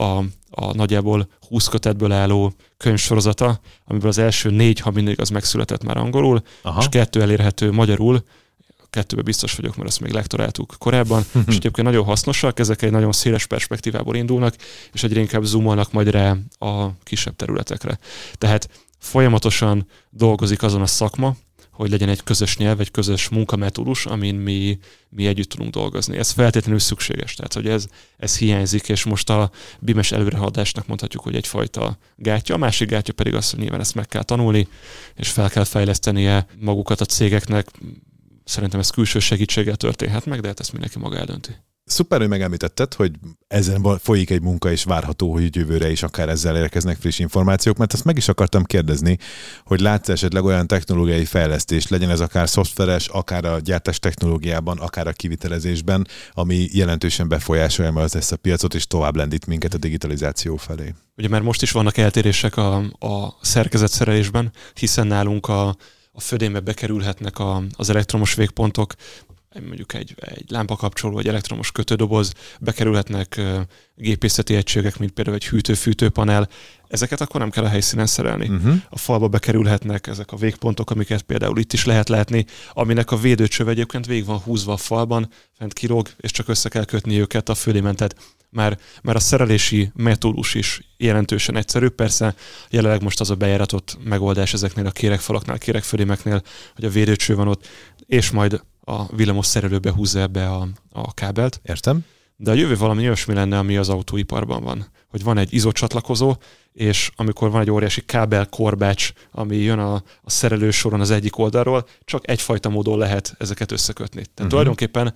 nagyjából 20 kötetből álló könyvsorozata, amiből az első 4, ha mindig az megszületett már angolul, és 2 elérhető magyarul, 2-ben biztos vagyok, mert ezt még lektoráltuk korábban, és egyébként nagyon hasznosak, ezek egy nagyon széles perspektívából indulnak, és egyre inkább zoomolnak majd rá a kisebb területekre. Tehát folyamatosan dolgozik azon a szakma, hogy legyen egy közös nyelv, egy közös munkametódus, amin mi együtt tudunk dolgozni. Ez feltétlenül szükséges, tehát hogy ez hiányzik, és most a BIM-es előrehaladásnak mondhatjuk, hogy egyfajta gátja. A másik gátja pedig az, hogy nyilván ezt meg kell tanulni, és fel kell fejlesztenie magukat a cégeknek. Szerintem ez külső segítséggel történhet meg, de hát ezt mindenki maga eldönti. Szuper, hogy megemlítetted, hogy ezen folyik egy munka, és várható, hogy jövőre is akár ezzel érkeznek friss információk, mert ezt meg is akartam kérdezni, hogy látsz esetleg olyan technológiai fejlesztést, legyen ez akár szoftveres, akár a gyártás technológiában, akár a kivitelezésben, ami jelentősen befolyásolja majd ezt a piacot, és tovább lendít minket a digitalizáció felé. Ugye már most is vannak eltérések a szerkezetszerelésben, hiszen nálunk a födénbe bekerülhetnek az elektromos végpontok, mondjuk egy lámpakapcsoló, egy elektromos kötődoboz, bekerülhetnek gépészeti egységek, mint például egy hűtő-fűtőpanel, ezeket akkor nem kell a helyszínen szerelni. A falba bekerülhetnek ezek a végpontok, amiket például itt is lehet látni, aminek a védőcsöve egyébként végig van húzva a falban, fent kilóg, és csak össze kell kötni őket a födémen. Tehát már a szerelési metódus is jelentősen egyszerű. Persze jelenleg most az a bejáratott megoldás ezeknél a kéregfalaknál, kéregfödémeknél, hogy a védőcső van ott, és majd a villamos szerelőbe húzza ebbe a kábelt. Értem. De a jövő valami olyasmi lenne, ami az autóiparban van. Hogy van egy izocsatlakozó, és amikor van egy óriási kábelkorbács, ami jön a szerelősoron az egyik oldalról, csak egyfajta módon lehet ezeket összekötni. Tehát tulajdonképpen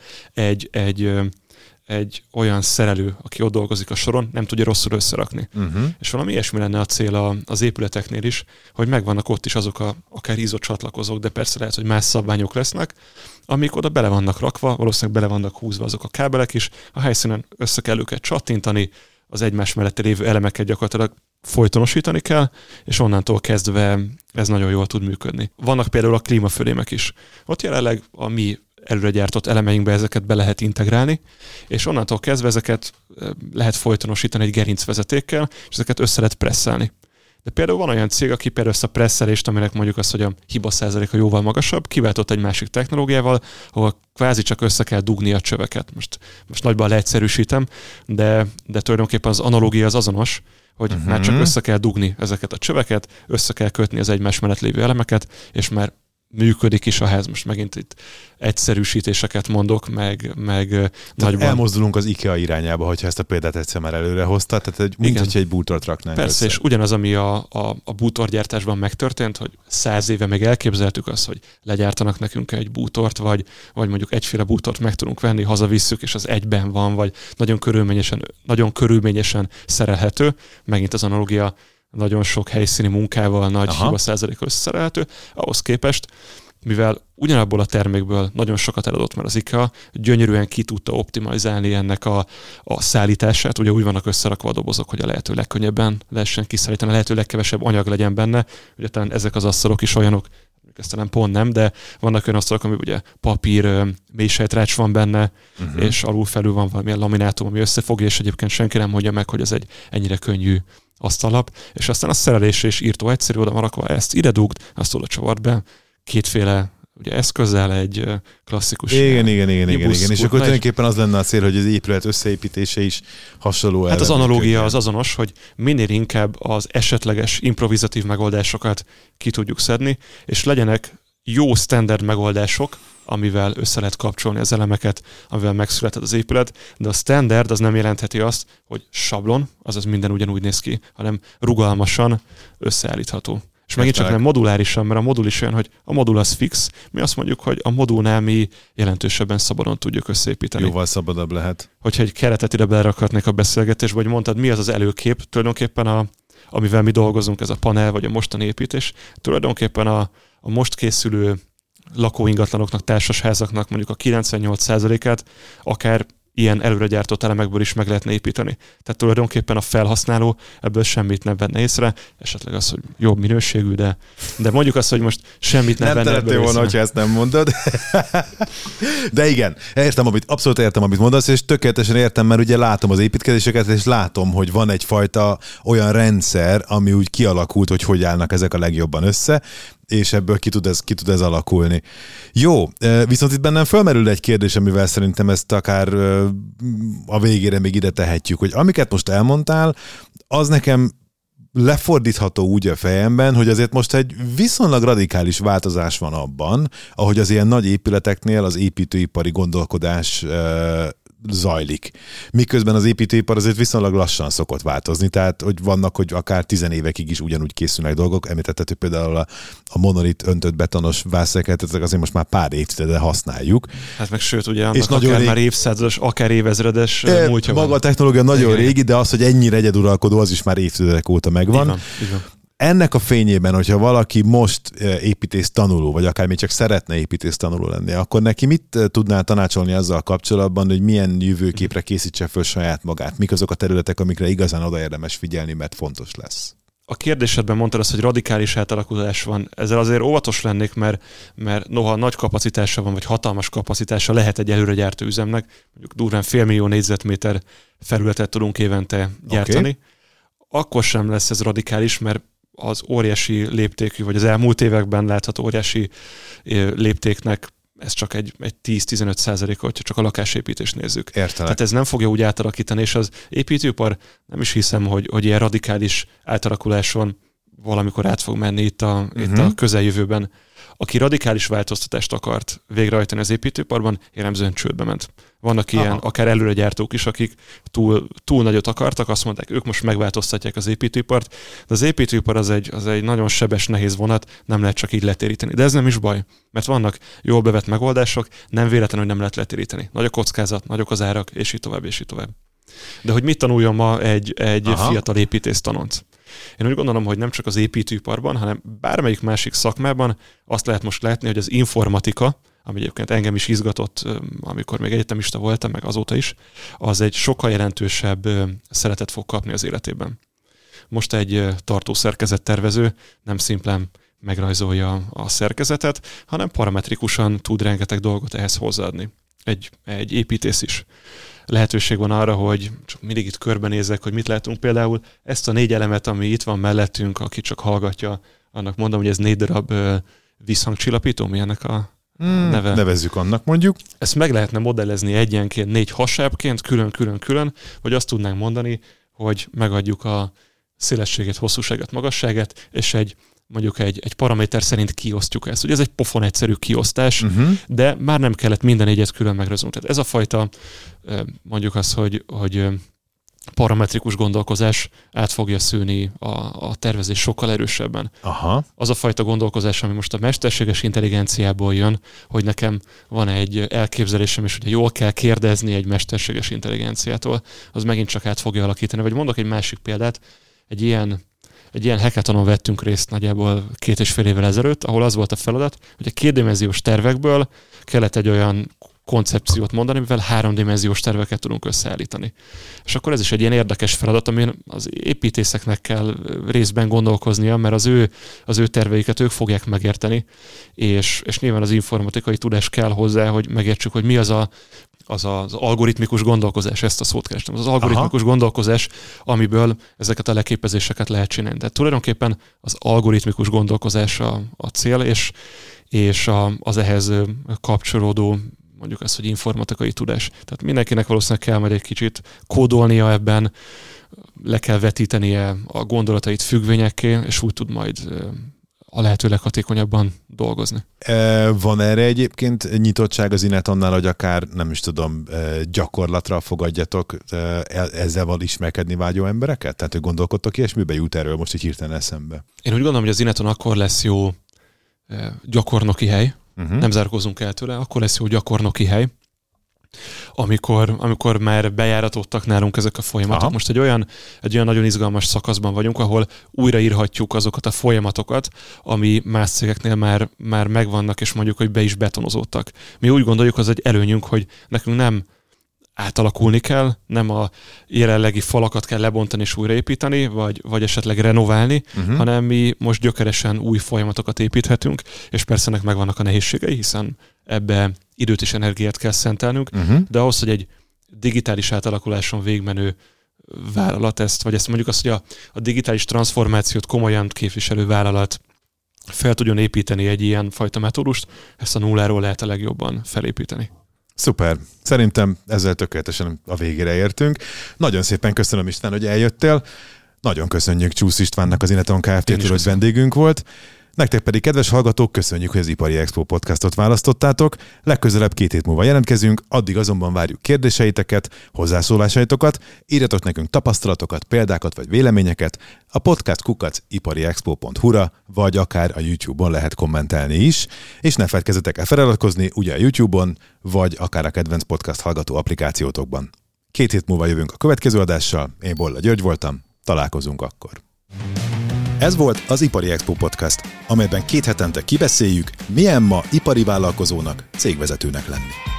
egy olyan szerelő, aki ott dolgozik a soron, nem tudja rosszul összerakni. És valami ilyesmi lenne a cél az épületeknél is, hogy megvannak ott is azok akár izocsatlakozók, de persze lehet, hogy más szabványok lesznek, amik oda bele vannak rakva, valószínűleg bele vannak húzva azok a kábelek is, a helyszínen össze kell őket csattintani, az egymás mellett lévő elemeket gyakorlatilag folytonosítani kell, és onnantól kezdve ez nagyon jól tud működni. Vannak például a klímafödémek is. Ott jelenleg a mi előre gyártott elemeinkbe ezeket be lehet integrálni, és onnantól kezdve ezeket lehet folytonosítani egy gerincvezetékkel, és ezeket össze lehet presszelni. De például van olyan cég, aki például ezt a presszelést, aminek mondjuk az, hogy a hiba százaléka jóval magasabb, kiváltott egy másik technológiával, ahol kvázi csak össze kell dugni a csöveket. Most nagyban leegyszerűsítem, de tulajdonképpen az analógia az azonos, hogy már csak össze kell dugni ezeket a csöveket, össze kell kötni az egymás mellett lévő elemeket, és már működik is a ház. Most megint itt egyszerűsítéseket mondok, meg nagyban. Elmozdulunk az IKEA irányába, hogyha ezt a példát egyszer már előre hoztad, tehát mint hogyha egy bútort raknánk. Persze, össze. És ugyanaz, ami a bútorgyártásban megtörtént, hogy 100 éve még elképzeltük azt, hogy legyártanak nekünk egy bútort, vagy mondjuk egyféle bútort meg tudunk venni, hazavisszük, és az egyben van, vagy nagyon körülményesen szerelhető. Megint az analogia nagyon sok helyszíni munkával, nagy hiba százalékkal összeszerelhető, ahhoz képest, mivel ugyanabból a termékből nagyon sokat eladott már az IKEA, gyönyörűen ki tudta optimalizálni ennek a szállítását, ugye úgy vannak összerakva a dobozok, hogy a lehető legkönnyebben lehessen kiszállítani, a lehető legkevesebb anyag legyen benne, ugye talán ezek az asztalok is olyanok, ezt talán pont nem, de vannak olyan asztalok, ami ugye papír, mélysejtrács van benne, és alul-felül van valamilyen laminátum, ami összefogja, és egyébként senki nem mondja meg, hogy ez egy ennyire könnyű asztallap, és aztán a szerelés és írtó egyszerű, oda van rakva, ezt ide dugd, azt oda csavart be, kétféle ugye eszközzel egy klasszikus... Igen. És akkor tulajdonképpen az lenne a cél, hogy az épület összeépítése is hasonló. Hát az analógia az azonos, hogy minél inkább az esetleges improvizatív megoldásokat ki tudjuk szedni, és legyenek jó standard megoldások, amivel össze lehet kapcsolni az elemeket, amivel megszületett az épület, de a standard az nem jelentheti azt, hogy sablon, azaz minden ugyanúgy néz ki, hanem rugalmasan összeállítható. És megint csak nem modulárisan, mert a modul is olyan, hogy a modul az fix. Mi azt mondjuk, hogy a modulnál mi jelentősebben szabadon tudjuk összeépíteni. Jóval szabadabb lehet. Hogyha egy keretet ide belerakhatnék a beszélgetésbe, hogy mondtad, mi az az előkép, tulajdonképpen amivel mi dolgozunk, ez a panel, vagy a mostani építés, tulajdonképpen a most készülő lakóingatlanoknak, társasházaknak mondjuk a 98%-át akár ilyen előre gyártott elemekből is meg lehetne építeni. Tehát tulajdonképpen a felhasználó ebből semmit nem venne észre, esetleg az, hogy jobb minőségű, de mondjuk azt, hogy most semmit nem venne ebből észre. Nem volna, hogyha ezt nem mondod. De igen, abszolút értem, amit mondasz, és tökéletesen értem, mert ugye látom az építkezéseket, és látom, hogy van egyfajta olyan rendszer, ami úgy kialakult, hogy állnak ezek a legjobban össze, és ebből ki tud ez alakulni. Jó, viszont itt bennem fölmerül egy kérdés, amivel szerintem ezt akár a végére még ide tehetjük, hogy amiket most elmondtál, az nekem lefordítható úgy a fejemben, hogy azért most egy viszonylag radikális változás van abban, ahogy az ilyen nagy épületeknél az építőipari gondolkodás zajlik. Miközben az építőipar azért viszonylag lassan szokott változni, tehát hogy vannak, hogy akár 10 évekig is ugyanúgy készülnek dolgok. Említetted, hogy például a monolit öntött betonos vászeket, ezek azért most már pár évtizede használjuk. Hát meg sőt, ugye annak akár már évszázados, akár évezredes múltja van. Maga a technológia nagyon régi, de az, hogy ennyire egyeduralkodó, az is már évtizedek óta megvan. Így van. Ennek a fényében, hogyha valaki most építész tanuló, vagy akár még csak szeretne építész tanuló lenni, akkor neki mit tudnál tanácsolni azzal kapcsolatban, hogy milyen jövőképre készítse föl saját magát? Mik azok a területek, amikre igazán oda érdemes figyelni, mert fontos lesz? A kérdésedben mondtad azt, hogy radikális átalakulás van. Ezzel azért óvatos lennék, mert noha nagy kapacitása van, vagy hatalmas kapacitása lehet egy előregyártó üzemnek, mondjuk durván 500 000 négyzetméter felületet tudunk évente gyártani, okay. Akkor sem lesz ez radikális, mert az óriási léptékű, vagy az elmúlt években látható óriási léptéknek ez csak egy 10-15%-a, hogyha csak a lakásépítést nézzük. Értelek. Tehát ez nem fogja úgy átalakítani, és az építőipar nem is hiszem, hogy ilyen radikális átalakuláson valamikor át fog menni itt a közeljövőben. Aki radikális változtatást akart végrehajtani az építőiparban, jellemzően csődbe ment. Vannak ilyen akár előregyártók is, akik túl nagyot akartak, azt mondták, ők most megváltoztatják az építőipart, de az építőipar az egy nagyon sebes, nehéz vonat, nem lehet csak így letéríteni. De ez nem is baj, mert vannak jól bevett megoldások, nem véletlenül, hogy nem lehet letéríteni. Nagy a kockázat, nagyok az árak, és így tovább, és így tovább. De hogy mit tanuljon ma egy fiatal építész tanonc? Én úgy gondolom, hogy nem csak az építőiparban, hanem bármelyik másik szakmában azt lehet most látni, hogy az informatika, ami egyébként engem is izgatott, amikor még egyetemista voltam, meg azóta is, az egy sokkal jelentősebb szeretet fog kapni az életében. Most egy tartószerkezettervező nem szimplán megrajzolja a szerkezetet, hanem parametrikusan tud rengeteg dolgot ehhez hozzáadni. Egy építész is. Lehetőség van arra, hogy csak mindig itt körbenézek, hogy mit látunk. Például ezt a 4 elemet, ami itt van mellettünk, aki csak hallgatja, annak mondom, hogy ez 4 darab visszhangcsillapító, mi ennek a neve? Nevezzük annak mondjuk. Ezt meg lehetne modellezni egyenként, 4 hasábként, külön, vagy azt tudnánk mondani, hogy megadjuk a szélességet, hosszúságát, magasságát, és mondjuk egy paraméter szerint kiosztjuk ezt. Ugye ez egy pofon egyszerű kiosztás, de már nem kellett minden egyet külön megrajzolni. Tehát ez a fajta, mondjuk azt, hogy parametrikus gondolkozás át fogja szűni a tervezés sokkal erősebben. Aha. Az a fajta gondolkozás, ami most a mesterséges intelligenciából jön, hogy nekem van egy elképzelésem, és ugye jól kell kérdezni egy mesterséges intelligenciától, az megint csak át fogja alakítani. Vagy mondok egy másik példát, egy ilyen hackathonon vettünk részt nagyjából 2,5 évvel ezelőtt, ahol az volt a feladat, hogy a 2-dimenziós tervekből kellett egy olyan koncepciót mondani, mivel 3-dimenziós terveket tudunk összeállítani. És akkor ez is egy ilyen érdekes feladat, amin az építészeknek kell részben gondolkoznia, mert az ő terveiket ők fogják megérteni, és nyilván az informatikai tudás kell hozzá, hogy megértsük, hogy mi az algoritmikus gondolkozás, ezt a szót kerestem. Az algoritmikus gondolkozás, amiből ezeket a leképezéseket lehet csinálni. Tehát tulajdonképpen az algoritmikus gondolkozás a cél, és az ehhez kapcsolódó, mondjuk azt, hogy informatikai tudás. Tehát mindenkinek valószínűleg kell majd egy kicsit kódolnia ebben, le kell vetítenie a gondolatait függvényekké, és úgy tud majd a lehető leghatékonyabban dolgozni. Van erre egyébként nyitottság az Inetonnál, hogy akár, nem is tudom, gyakorlatra fogadjatok ezzel van ismerkedni vágyó embereket? Tehát, hogy gondolkodtok ilyesmibe, jut erről most így hirtelen eszembe? Én úgy gondolom, hogy az Ineton akkor lesz jó gyakornoki hely, nem zárkózunk el tőle, akkor lesz jó gyakornoki hely, amikor már bejáratottak nálunk ezek a folyamatok. Aha. Most egy olyan nagyon izgalmas szakaszban vagyunk, ahol újraírhatjuk azokat a folyamatokat, ami más cégeknél már megvannak, és mondjuk, hogy be is betonozódtak. Mi úgy gondoljuk, az egy előnyünk, hogy nekünk nem átalakulni kell, nem a jelenlegi falakat kell lebontani és újraépíteni, vagy esetleg renoválni, hanem mi most gyökeresen új folyamatokat építhetünk, és persze ennek megvannak a nehézségei, hiszen ebbe időt és energiát kell szentelnünk, de ahhoz, hogy egy digitális átalakuláson végmenő vállalat ezt mondjuk azt, hogy a digitális transformációt komolyan képviselő vállalat fel tudjon építeni egy ilyen fajta metódust, ezt a nulláról lehet a legjobban felépíteni. Szuper. Szerintem ezzel tökéletesen a végére értünk. Nagyon szépen köszönöm, István, hogy eljöttél. Nagyon köszönjük Csusz Istvánnak, az Ineton Kft-től, hogy vendégünk volt. Nektek pedig, kedves hallgatók, köszönjük, hogy az Ipari Expo podcastot választottátok. Legközelebb 2 hét múlva jelentkezünk, addig azonban várjuk kérdéseiteket, hozzászólásaitokat, írjatok nekünk tapasztalatokat, példákat vagy véleményeket a podcast@ipariexpo.hu-ra, vagy akár a YouTube-on lehet kommentelni is, és ne feledkezzetek el feliratkozni ugye a YouTube-on, vagy akár a kedvenc podcast hallgató applikációtokban. 2 hét múlva jövünk a következő adással, én Bolla György voltam, találkozunk akkor. Ez volt az Ipari Expo Podcast, amelyben 2 hetente kibeszéljük, milyen ma ipari vállalkozónak, cégvezetőnek lenni.